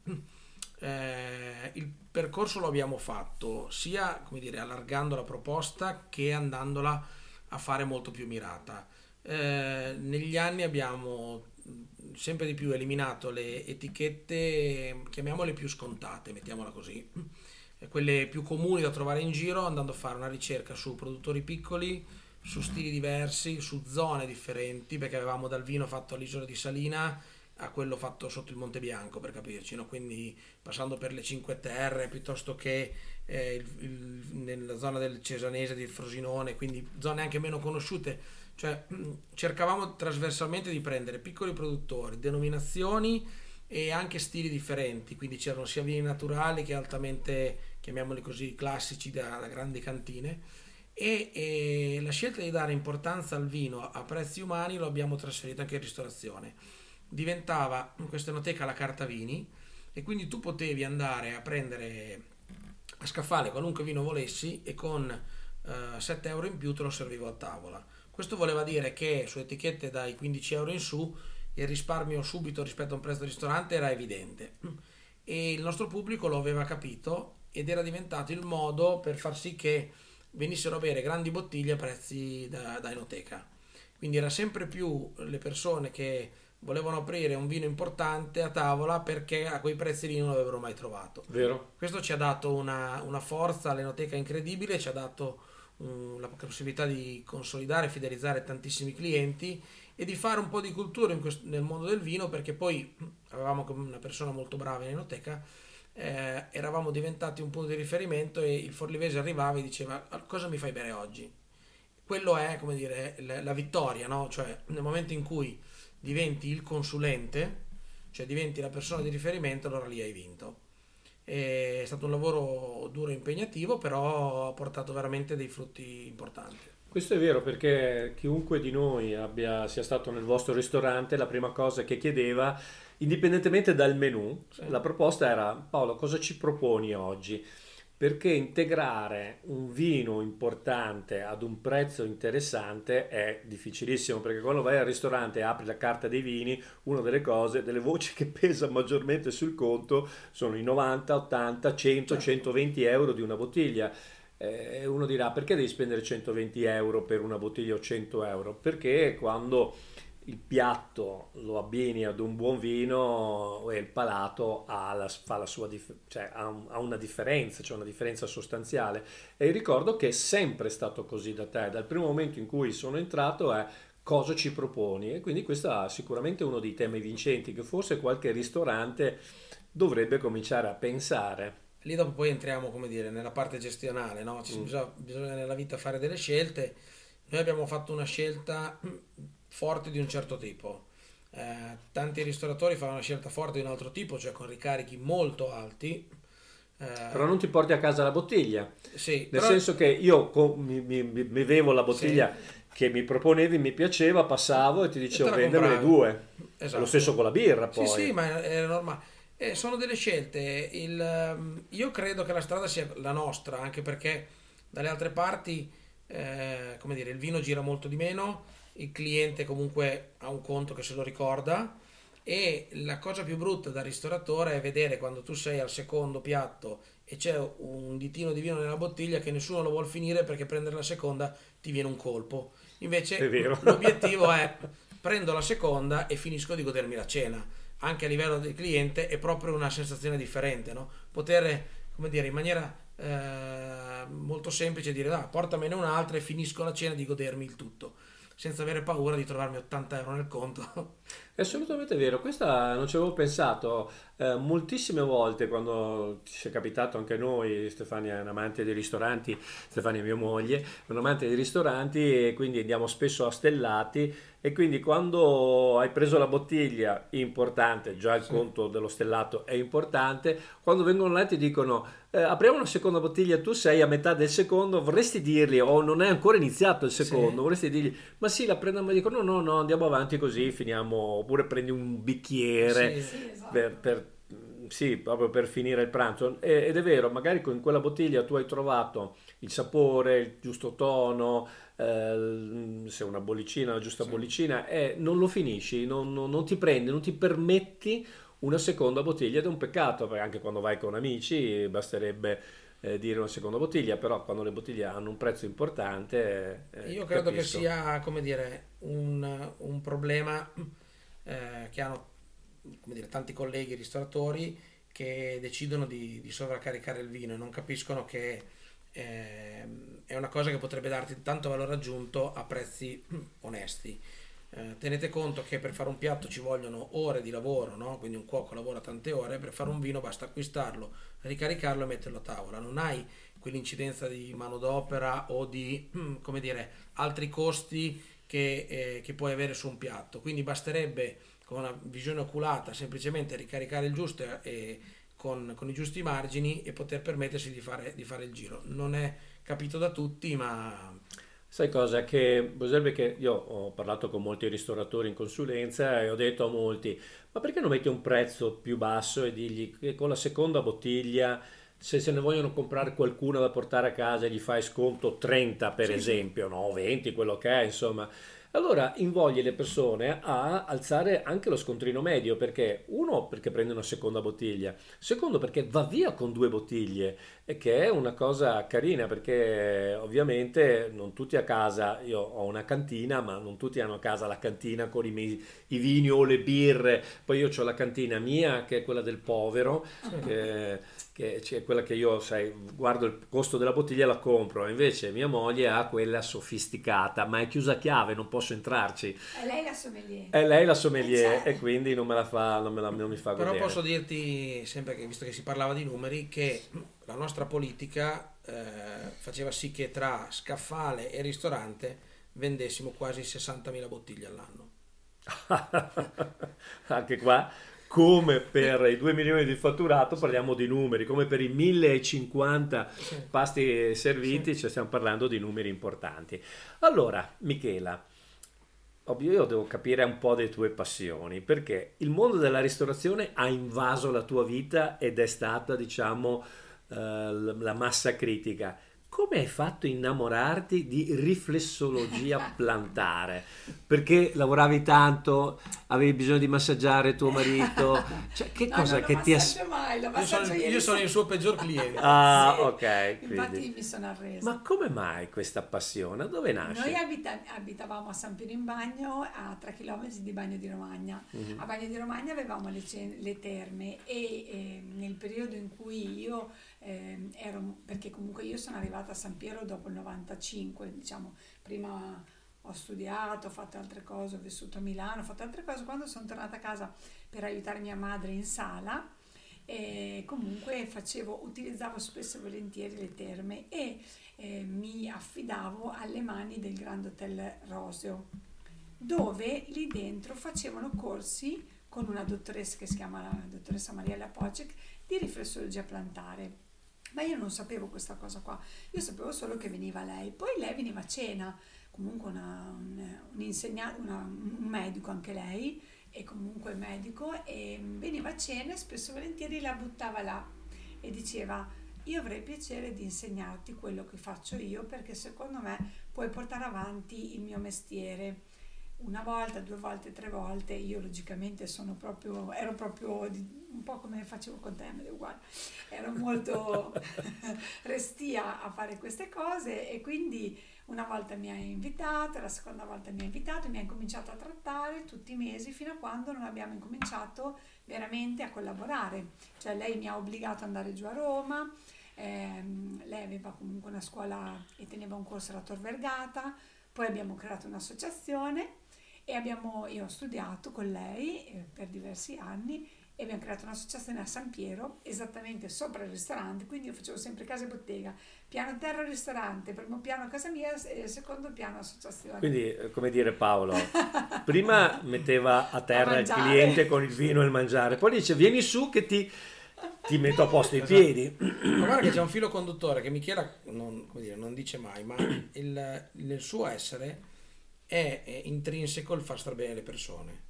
Il percorso lo abbiamo fatto sia, come dire, allargando la proposta che andandola a fare molto più mirata. Negli anni abbiamo sempre di più eliminato le etichette, chiamiamole più scontate, mettiamola così, quelle più comuni da trovare in giro, andando a fare una ricerca su produttori piccoli, su stili diversi, su zone differenti, perché avevamo dal vino fatto all'isola di Salina a quello fatto sotto il Monte Bianco, per capirci, no? Quindi passando per le Cinque Terre piuttosto che nella zona del Cesanese, del Frosinone, quindi zone anche meno conosciute, cioè cercavamo trasversalmente di prendere piccoli produttori, denominazioni e anche stili differenti, quindi c'erano sia vini naturali che altamente, chiamiamoli così, classici da grandi cantine. E la scelta di dare importanza al vino a prezzi umani lo abbiamo trasferito anche in ristorazione. Diventava in questa enoteca la carta vini e quindi tu potevi andare a prendere a scaffale qualunque vino volessi e con 7 euro in più te lo servivo a tavola. Questo voleva dire che su etichette dai 15 euro in su il risparmio subito rispetto a un prezzo di ristorante era evidente e il nostro pubblico lo aveva capito ed era diventato il modo per far sì che venissero a bere grandi bottiglie a prezzi da enoteca. Quindi era sempre più le persone che volevano aprire un vino importante a tavola perché a quei prezzi lì non l'avevano mai trovato. Vero? Questo ci ha dato una forza all'enoteca incredibile, ci ha dato la possibilità di consolidare e fidelizzare tantissimi clienti e di fare un po' di cultura nel mondo del vino, perché poi avevamo come una persona molto brava in enoteca, eravamo diventati un punto di riferimento e il forlivese arrivava e diceva: cosa mi fai bere oggi? Quello è, come dire, la vittoria, no? Cioè nel momento in cui diventi il consulente, cioè diventi la persona di riferimento, allora lì hai vinto. È stato un lavoro duro e impegnativo, però ha portato veramente dei frutti importanti. Questo è vero, perché chiunque di noi sia stato nel vostro ristorante, la prima cosa che chiedeva, indipendentemente dal menù, Sì. la proposta era: Paolo, cosa ci proponi oggi? Perché integrare un vino importante ad un prezzo interessante è difficilissimo, perché quando vai al ristorante e apri la carta dei vini, una delle voci che pesa maggiormente sul conto sono i 90, 80, 100, 120 euro di una bottiglia. Uno dirà: perché devi spendere 120 euro per una bottiglia o 100 euro? Perché quando il piatto lo abbini ad un buon vino e il palato fa la sua ha una differenza, c'è una differenza sostanziale. E ricordo che è sempre stato così da te, dal primo momento in cui sono entrato, cosa ci proponi? E quindi questo è sicuramente uno dei temi vincenti che forse qualche ristorante dovrebbe cominciare a pensare. Lì dopo poi entriamo, come dire, nella parte gestionale, no? Mm. Bisogna nella vita fare delle scelte. Noi abbiamo fatto una scelta forte di un certo tipo. Tanti ristoratori fanno una scelta forte di un altro tipo, cioè con ricarichi molto alti. Però Eh, non ti porti a casa la bottiglia, sì, nel però senso che io mi bevevo la sì, bottiglia che mi proponevi, mi piaceva, passavo e ti e te dicevo la vendemene compravi. due. È lo stesso Esatto. con la birra Sì, sì, poi. ma è normale. Sono delle scelte. Io credo che la strada sia la nostra, anche perché dalle altre parti, come dire, il vino gira molto di meno, il cliente comunque ha un conto che se lo ricorda e la cosa più brutta da ristoratore è vedere quando tu sei al secondo piatto e c'è un ditino di vino nella bottiglia che nessuno lo vuol finire perché prendere la seconda ti viene un colpo. È Invece vero. l'obiettivo è prendo la seconda e finisco di godermi la cena. Anche a livello del cliente è proprio una sensazione differente, no? Poter, come dire, in maniera molto semplice dire, ah, portamene un'altra e finisco la cena di godermi il tutto, senza avere paura di trovarmi 80 euro nel conto. È assolutamente vero, questa non ci avevo pensato. Moltissime volte quando ci è capitato anche a noi, Stefania è un amante dei ristoranti, Stefania è mia moglie, è un amante dei ristoranti e quindi andiamo spesso a stellati e quindi quando hai preso la bottiglia, importante, già il Sì, conto dello stellato è importante, quando vengono là e ti dicono apriamo una seconda bottiglia, tu sei a metà del secondo, vorresti dirgli o non è ancora iniziato il sì, secondo, vorresti dirgli ma sì, la prendiamo e dico no, no, no, andiamo avanti così, finiamo, oppure prendi un bicchiere sì. Sì, esatto. sì, proprio per finire il pranzo. Ed è vero, magari con quella bottiglia tu hai trovato il sapore, il giusto tono, se è una bollicina, la giusta Sì. bollicina, e non lo finisci, non ti prendi, non ti permetti una seconda bottiglia ed è un peccato, perché anche quando vai con amici basterebbe dire una seconda bottiglia, però quando le bottiglie hanno un prezzo importante, Io credo che capisco. sia, come dire, un problema che hanno, come dire, tanti colleghi ristoratori che decidono di sovraccaricare il vino e non capiscono che è una cosa che potrebbe darti tanto valore aggiunto a prezzi onesti. Tenete conto che per fare un piatto ci vogliono ore di lavoro, no? Quindi un cuoco lavora tante ore, per fare un vino basta acquistarlo, ricaricarlo e metterlo a tavola. Non hai quell'incidenza di manodopera o di, come dire, altri costi che puoi avere su un piatto. Quindi basterebbe con una visione oculata semplicemente ricaricare il giusto e con i giusti margini e poter permettersi di fare il giro. Non è capito da tutti, ma Sai cosa? Che bisognerebbe che io ho parlato con molti ristoratori in consulenza e ho detto a molti, ma perché non metti un prezzo più basso e digli che con la seconda bottiglia, se ne vogliono comprare qualcuna da portare a casa, gli fai sconto 30 per sì, sì, esempio, no? 20, quello che è, insomma. Allora invogli le persone a alzare anche lo scontrino medio perché uno perché prende una seconda bottiglia, secondo perché va via con due bottiglie e che è una cosa carina perché ovviamente non tutti a casa, io ho una cantina, ma non tutti hanno a casa la cantina con i vini o le birre. Poi io ho la cantina mia che è quella del povero, sì. che è quella che io, sai, guardo il costo della bottiglia e la compro. Invece mia moglie ha quella sofisticata, ma è chiusa a chiave, non posso entrarci. È lei la sommelier. È lei la sommelier e C'è. quindi non me la fa, non mi fa Però posso godere. dirti, sempre che visto che si parlava di numeri, che la nostra politica faceva sì che tra scaffale e ristorante vendessimo quasi 60.000 bottiglie all'anno. Anche qua, come per i 2 milioni di fatturato, parliamo di numeri, come per i 1050 Sì, pasti sì. serviti, cioè stiamo parlando di numeri importanti. Allora, Michela, ovvio io devo capire un po' le tue passioni, perché il mondo della ristorazione ha invaso la tua vita ed è stata, diciamo, la massa critica. Come hai fatto a innamorarti di riflessologia plantare? Perché lavoravi tanto, avevi bisogno di massaggiare tuo marito? Cioè, che No, non cosa lo che ti massaggio mai, lo Io sono, massaggio io ieri sono sera. il suo peggior cliente. Ah, Sì, ok, infatti quindi. mi sono arresa. Ma come mai questa passione? Da dove Noi nasce? abitavamo a San Piero in Bagno, a 3 km di Bagno di Romagna. Mhm. A Bagno di Romagna avevamo le terme e nel periodo in cui io ero, perché comunque io sono arrivata a San Piero dopo il 95, diciamo, prima ho studiato, ho fatto altre cose, ho vissuto a Milano, ho fatto altre cose. Quando sono tornata a casa per aiutare mia madre in sala, e comunque utilizzavo spesso e volentieri le terme e mi affidavo alle mani del Grand Hotel Roseo, dove lì dentro facevano corsi con una dottoressa che si chiama la dottoressa Mariella Pocek di riflessologia plantare. Ma io non sapevo questa cosa qua, io sapevo solo che veniva lei, poi lei veniva a cena, comunque un medico anche lei, e comunque medico, e veniva a cena e spesso e volentieri la buttava là e diceva: io avrei piacere di insegnarti quello che faccio io, perché secondo me puoi portare avanti il mio mestiere. Una volta, 2 volte, 3 volte, io logicamente ero proprio un po' come facevo con te, uguale, ero molto restia a fare queste cose, e quindi una volta mi ha invitato, la seconda volta mi ha invitato, mi ha incominciato a trattare tutti i mesi fino a quando non abbiamo incominciato veramente a collaborare. Cioè lei mi ha obbligato ad andare giù a Roma, lei aveva comunque una scuola e teneva un corso alla Tor Vergata, poi abbiamo creato un'associazione e io ho studiato con lei per diversi anni e abbiamo creato un'associazione a San Piero, esattamente sopra il ristorante, quindi io facevo sempre casa e bottega, piano terra ristorante, primo piano casa mia e secondo piano associazione. Quindi, come dire, Paolo, prima metteva a terra il cliente con il vino e il mangiare, poi dice: vieni su che ti metto a posto i piedi. Ma guarda che c'è un filo conduttore che Michela non dice mai, ma nel suo essere è intrinseco il far star bene le persone,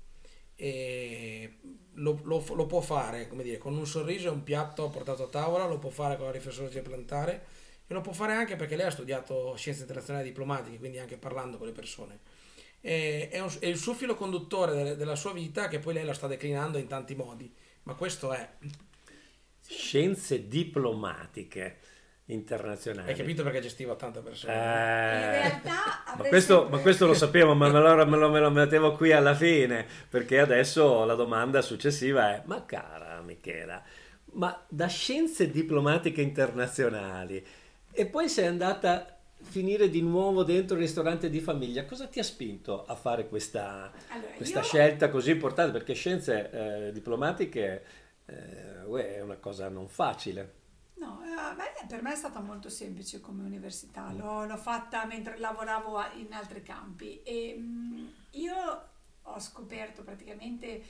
e lo può fare, come dire, con un sorriso e un piatto portato a tavola, lo può fare con la riflessologia plantare, e lo può fare anche perché lei ha studiato scienze internazionali diplomatiche, quindi anche parlando con le persone. È il suo filo conduttore della sua vita, che poi lei la sta declinando in tanti modi, ma questo è scienze diplomatiche internazionali. Hai capito perché gestiva tante persone? In realtà ma questo lo sapevo, ma allora me lo mettevo qui alla fine, perché adesso la domanda successiva è: ma cara Michela, ma da scienze diplomatiche internazionali e poi sei andata a finire di nuovo dentro il ristorante di famiglia, cosa ti ha spinto a fare questa scelta così importante? Perché scienze diplomatiche è una cosa non facile. No, per me è stata molto semplice come università, l'ho fatta mentre lavoravo in altri campi, e io ho scoperto praticamente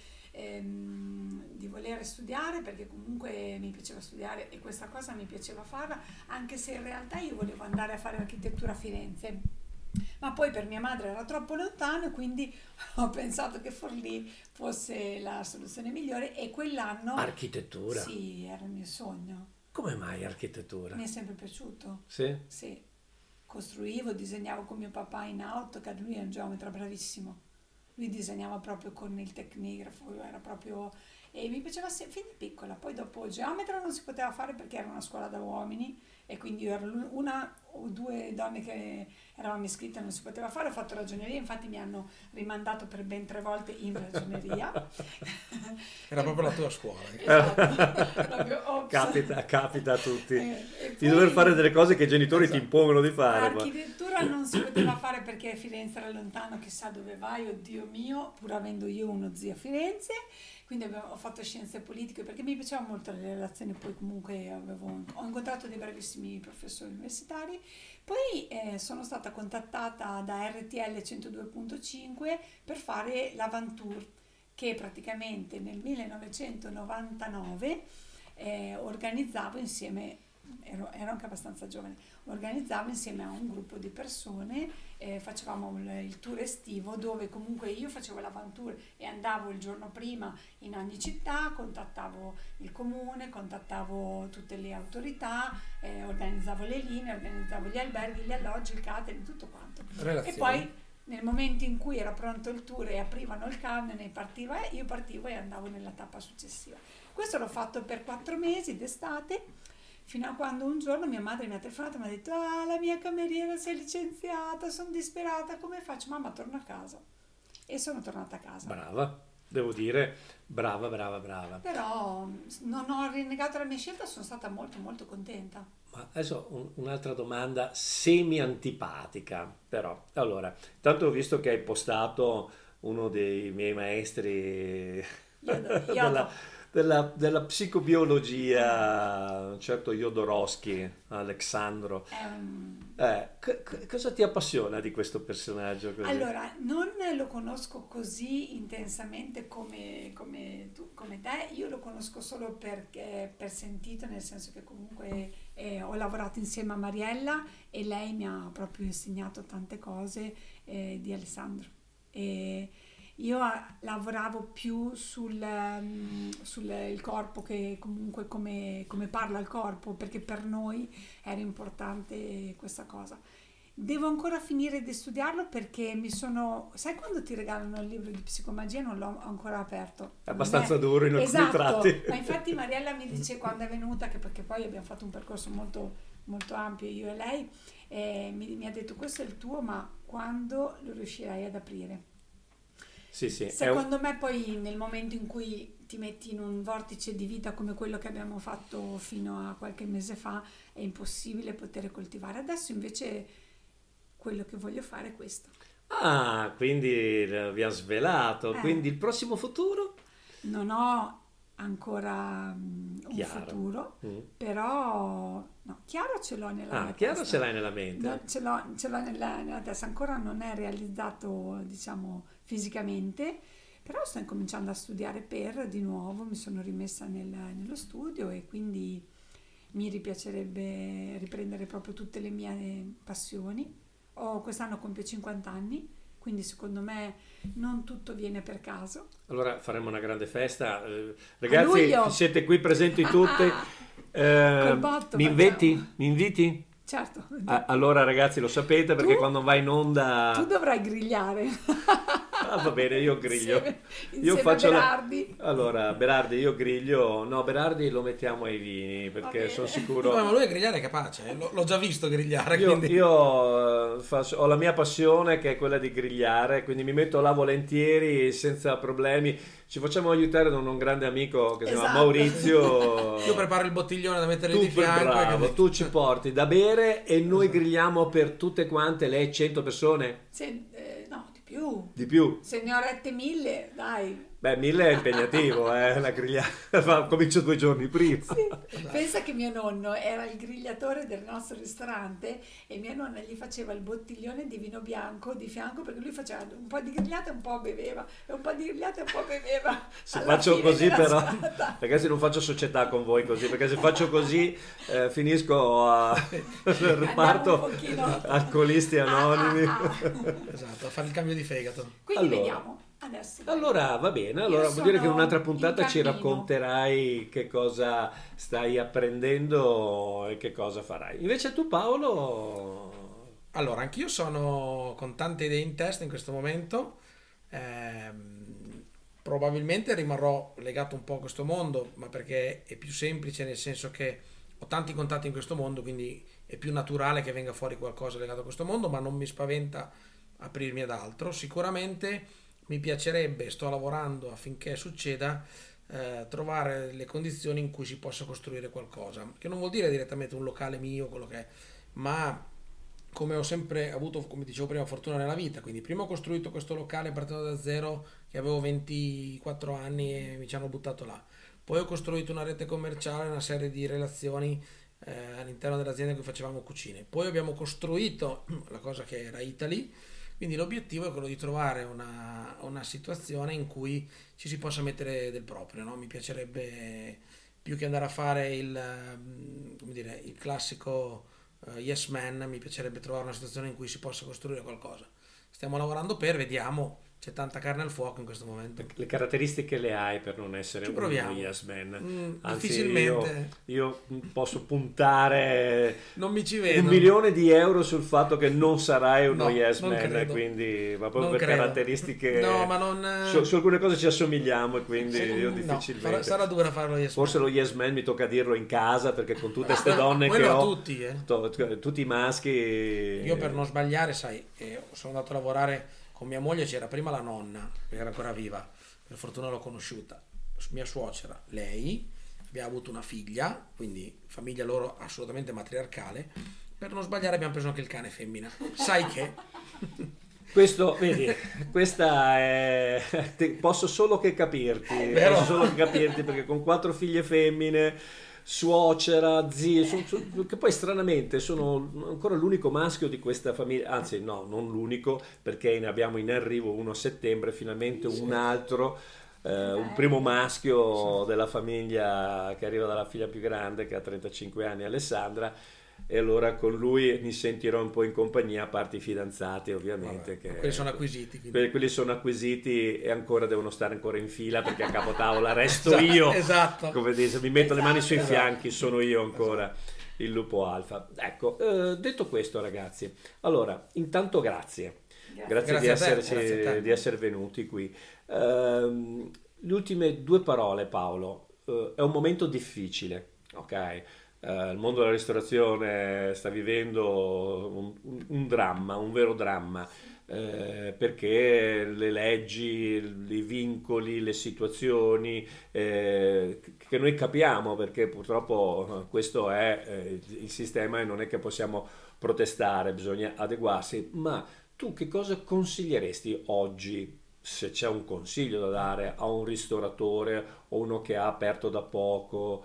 di voler studiare perché comunque mi piaceva studiare e questa cosa mi piaceva farla, anche se in realtà io volevo andare a fare architettura a Firenze, ma poi per mia madre era troppo lontano, quindi ho pensato che Forlì fosse la soluzione migliore, e quell'anno... Architettura? Sì, era il mio sogno. Come mai architettura? Mi è sempre piaciuto. Sì? Sì. Costruivo, disegnavo con mio papà in AutoCAD, lui è un geometra bravissimo. Lui disegnava proprio con il tecnigrafo, era proprio... E mi piaceva fin da piccola. Poi dopo geometra non si poteva fare perché era una scuola da uomini, e quindi io ero una o 2 donne che eravamo iscritte, non si poteva fare. Ho fatto ragioneria, infatti mi hanno rimandato per ben 3 volte in ragioneria. Era proprio la tua scuola. Esatto. Capita a tutti di dover fare delle cose che i genitori ti impongono di fare. L'architettura non si poteva fare perché Firenze era lontano, chissà dove vai, oddio mio, pur avendo io uno zio a Firenze. Quindi ho fatto scienze politiche perché mi piacevano molto le relazioni, poi comunque ho incontrato dei bravissimi professori universitari. Poi sono stata contattata da RTL 102.5 per fare l'Aventure, che praticamente nel 1999 organizzavo insieme, ero anche abbastanza giovane, organizzavo insieme a un gruppo di persone, facevamo il tour estivo dove comunque io facevo l'Aventure e andavo il giorno prima in ogni città, contattavo il comune, contattavo tutte le autorità, organizzavo le linee, organizzavo gli alberghi, gli alloggi, il catering, tutto quanto. Relazioni. E poi nel momento in cui era pronto il tour e aprivano il camion e io partivo e andavo nella tappa successiva. Questo l'ho fatto per 4 mesi d'estate, fino a quando un giorno mia madre mi ha telefonato e mi ha detto: la mia cameriera si è licenziata, sono disperata, come faccio? Mamma, torno a casa. E sono tornata a casa. Brava. devo dire, brava. Però non ho rinnegato la mia scelta, sono stata molto molto contenta. Ma adesso un'altra domanda semi-antipatica, però. Allora, tanto ho visto che hai postato uno dei miei maestri Io della psicobiologia, un certo Jodorowsky, Alexandro. è un- Cosa ti appassiona di questo personaggio così? Allora, non lo conosco così intensamente come te, io lo conosco solo perché per sentito, nel senso che comunque ho lavorato insieme a Mariella e lei mi ha proprio insegnato tante cose di Alessandro. E io lavoravo più sul il corpo, che comunque come parla il corpo, perché per noi era importante questa cosa. Devo ancora finire di studiarlo perché sai quando ti regalano il libro di psicomagia? Non l'ho ancora aperto. È abbastanza duro in alcuni Esatto, tratti. ma infatti Mariella mi dice quando è venuta, che perché poi abbiamo fatto un percorso molto, molto ampio io e lei, mi ha detto questo è il tuo, ma quando lo riuscirai ad aprire? Sì, Secondo me poi nel momento in cui ti metti in un vortice di vita come quello che abbiamo fatto fino a qualche mese fa, è impossibile poter coltivare. Adesso invece quello che voglio fare è questo. Ah, quindi l'abbiamo svelato. Eh. Quindi il prossimo futuro? Non ho ancora un Chiaro. futuro, Mm. però no, chiaro ce l'ho nella Ah, mia chiaro testa. ce l'hai nella mente. No, ce l'ho nella testa, ancora non è realizzato, diciamo, fisicamente, però sto incominciando a studiare di nuovo, mi sono rimessa nello studio e quindi mi ripiacerebbe riprendere proprio tutte le mie passioni. Quest'anno compio 50 anni, quindi secondo me non tutto viene per caso. Allora faremo una grande festa. A Ragazzi, luglio. siete qui presenti tutti. Col botto Mi facciamo. Mi inviti? Certo, Allora ragazzi lo sapete perché Tu? quando vai in onda... tu dovrai grigliare. Va bene, io griglio. Insieme a faccio Berardi. Allora, Berardi, io griglio. No, Berardi lo mettiamo ai vini perché bene. sono No, sicuro. ma lui a grigliare è capace, l'ho già visto grigliare, Io, quindi... ho la mia passione che è quella di grigliare, quindi mi metto là volentieri senza problemi. Ci facciamo aiutare da un grande amico che si chiama Esatto. Maurizio. Io preparo il bottiglione da mettere di Super fianco. bravo, tu ci porti da bere e noi grigliamo per tutte quante le 100 persone No, di più. di più. Se ne ho rette 1000, dai. Beh, 1000 è impegnativo, la grigliata. Comincio 2 giorni prima. Sì. Pensa che mio nonno era il grigliatore del nostro ristorante e mia nonna gli faceva il bottiglione di vino bianco di fianco perché lui faceva un po' di grigliata e un po' beveva e un po' di grigliata e un po' beveva. Se Alla faccio fine così della però, serata. ragazzi non faccio società con voi così, perché se faccio così finisco nel reparto Andiamo un pochino. alcolisti anonimi. Esatto, a fare il cambio di fegato. Quindi Allora. vediamo. Adesso dai. Allora va bene, allora Io vuol dire che in sono un'altra puntata in ci cammino. racconterai che cosa stai apprendendo e che cosa farai. Invece tu Paolo... Allora, anch'io sono con tante idee in testa in questo momento. Probabilmente rimarrò legato un po' a questo mondo, ma perché è più semplice, nel senso che ho tanti contatti in questo mondo, quindi è più naturale che venga fuori qualcosa legato a questo mondo, ma non mi spaventa aprirmi ad altro. Sicuramente mi piacerebbe, sto lavorando affinché succeda, trovare le condizioni in cui si possa costruire qualcosa, che non vuol dire direttamente un locale mio, quello che è, ma come ho sempre avuto, come dicevo prima, fortuna nella vita. Quindi prima ho costruito questo locale partendo da zero, che avevo 24 anni e mi ci hanno buttato là. Poi ho costruito una rete commerciale, una serie di relazioni all'interno dell'azienda in cui facevamo cucine. Poi abbiamo costruito la cosa che era Italy. Quindi l'obiettivo è quello di trovare una situazione in cui ci si possa mettere del proprio, no? Mi piacerebbe, più che andare a fare il classico yes man, mi piacerebbe trovare una situazione in cui si possa costruire qualcosa. Stiamo lavorando vediamo, c'è tanta carne al fuoco in questo momento. Le caratteristiche le hai per non essere Ci un proviamo. yes man. Anzi, Difficilmente. io posso puntare Non mi ci vedo. 1.000.000 € sul fatto che non sarai uno No, yes non man, credo. quindi va proprio Non per credo. caratteristiche. No, ma non... Su alcune cose ci assomigliamo e quindi Sì, io no, difficilmente. sarà dura farlo yes Forse man. lo yes man mi tocca dirlo in casa perché con tutte queste donne che Quello a ho, tutti, tutti i maschi. Io per non sbagliare, sai, sono andato a lavorare con mia moglie, c'era prima la nonna, che era ancora viva, per fortuna l'ho conosciuta, mia suocera, lei, abbiamo avuto una figlia, quindi famiglia loro assolutamente matriarcale. Per non sbagliare abbiamo preso anche il cane femmina. Sai che? Questo, vedi, questa è... posso solo che capirti, Vero? posso solo che capirti, perché con 4 figlie femmine, suocera, zie, che poi stranamente sono ancora l'unico maschio di questa famiglia, anzi no, non l'unico, perché ne abbiamo in arrivo uno a settembre, finalmente un altro, un primo maschio della famiglia che arriva dalla figlia più grande che ha 35 anni, Alessandra. E allora con lui mi sentirò un po' in compagnia, a parte i fidanzati ovviamente. Vabbè, quelli sono acquisiti. Quelli sono acquisiti e ancora devono stare ancora in fila, perché a capotavola resto io. Esatto. Come dice, mi metto le mani sui Esatto. fianchi, sono io ancora il lupo alfa. Ecco, detto questo ragazzi, allora intanto grazie. Grazie di a te, esserci, grazie a te. di essere venuti qui. Le ultime 2 parole, Paolo. È un momento difficile, ok? Il mondo della ristorazione sta vivendo un dramma, un vero dramma, perché le leggi, i vincoli, le situazioni che noi capiamo, perché purtroppo questo è il sistema e non è che possiamo protestare, bisogna adeguarsi. Ma tu che cosa consiglieresti oggi, se c'è un consiglio da dare a un ristoratore o uno che ha aperto da poco?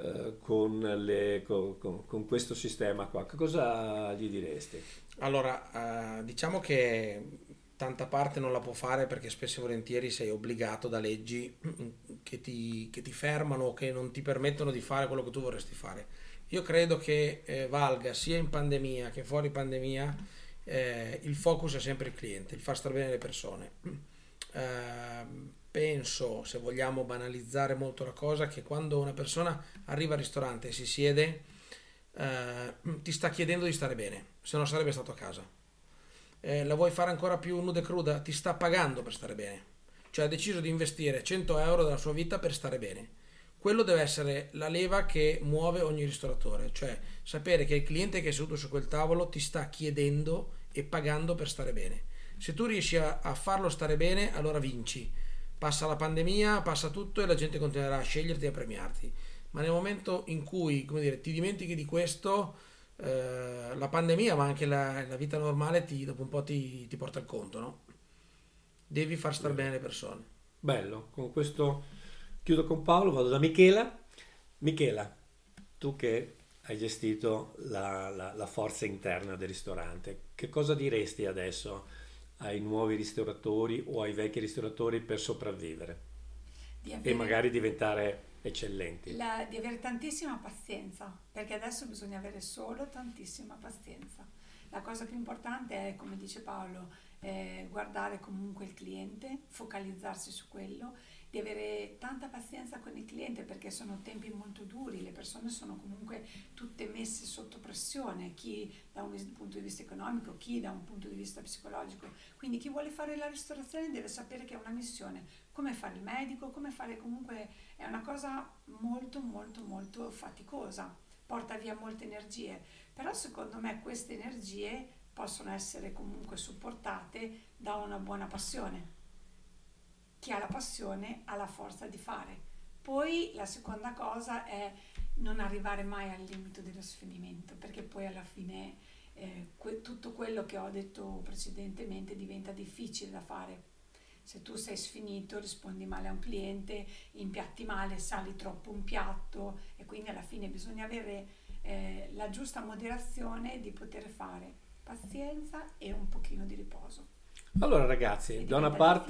Con questo sistema qua, che cosa gli diresti? Allora, diciamo che tanta parte non la può fare, perché spesso e volentieri sei obbligato da leggi che ti fermano o che non ti permettono di fare quello che tu vorresti fare. Io credo che valga sia in pandemia che fuori pandemia, il focus è sempre il cliente, il far stare bene le persone. Penso, se vogliamo banalizzare molto la cosa, che quando una persona arriva al ristorante e si siede, ti sta chiedendo di stare bene, se no sarebbe stato a casa. La vuoi fare ancora più nuda e cruda? Ti sta pagando per stare bene, cioè ha deciso di investire 100 euro della sua vita per stare bene. Quello deve essere la leva che muove ogni ristoratore, cioè sapere che il cliente che è seduto su quel tavolo ti sta chiedendo e pagando per stare bene. Se tu riesci a farlo stare bene, allora vinci. Passa la pandemia, passa tutto e la gente continuerà a sceglierti e a premiarti. Ma nel momento in cui, come dire, ti dimentichi di questo, la pandemia, ma anche la vita normale, dopo un po' ti porta il conto, no? Devi far star bene le persone. Bello, con questo chiudo con Paolo, vado da Michela. Michela, tu che hai gestito la forza interna del ristorante, che cosa diresti adesso ai nuovi ristoratori o ai vecchi ristoratori per sopravvivere e magari diventare eccellenti? Di avere tantissima pazienza, perché adesso bisogna avere solo tantissima pazienza. La cosa più importante è, come dice Paolo, guardare comunque il cliente, focalizzarsi su quello, di avere tanta pazienza con il cliente, perché sono tempi molto duri, le persone sono comunque tutte messe sotto pressione, chi da un punto di vista economico, chi da un punto di vista psicologico. Quindi chi vuole fare la ristorazione deve sapere che è una missione, come fare il medico, come fare, comunque è una cosa molto molto molto faticosa, porta via molte energie, però secondo me queste energie possono essere comunque supportate da una buona passione. Chi ha la passione ha la forza di fare. Poi la seconda cosa è non arrivare mai al limite dello sfinimento, perché poi alla fine tutto quello che ho detto precedentemente diventa difficile da fare. Se tu sei sfinito, rispondi male a un cliente, impiatti male, sali troppo un piatto, e quindi alla fine bisogna avere la giusta moderazione di poter fare pazienza e un pochino di riposo. Allora ragazzi, da una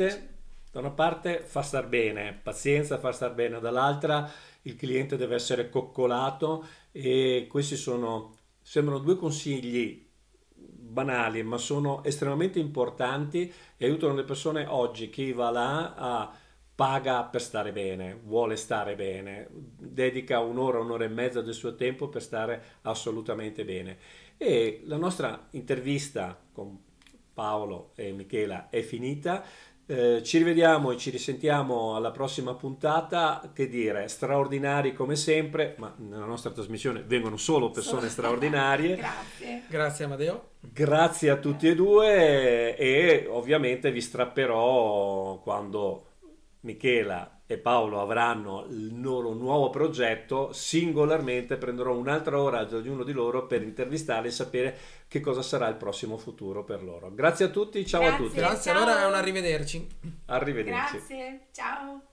parte fa star bene, pazienza, fa star bene, dall'altra il cliente deve essere coccolato, e questi sembrano 2 consigli banali, ma sono estremamente importanti e aiutano le persone oggi. Chi va là paga per stare bene, vuole stare bene, dedica un'ora e mezza del suo tempo per stare assolutamente bene. E la nostra intervista con Paolo e Michela è finita. Ci rivediamo e ci risentiamo alla prossima puntata. Che dire, straordinari come sempre, ma nella nostra trasmissione vengono solo persone straordinarie. Grazie Amadeo. Grazie a tutti e due, e ovviamente vi strapperò quando Michela e Paolo avranno il loro nuovo progetto, singolarmente prenderò un'altra ora ad ognuno di loro per intervistarli e sapere che cosa sarà il prossimo futuro per loro. Grazie a tutti, ciao a tutti. Grazie, ciao. allora è un arrivederci. Arrivederci. Grazie, ciao.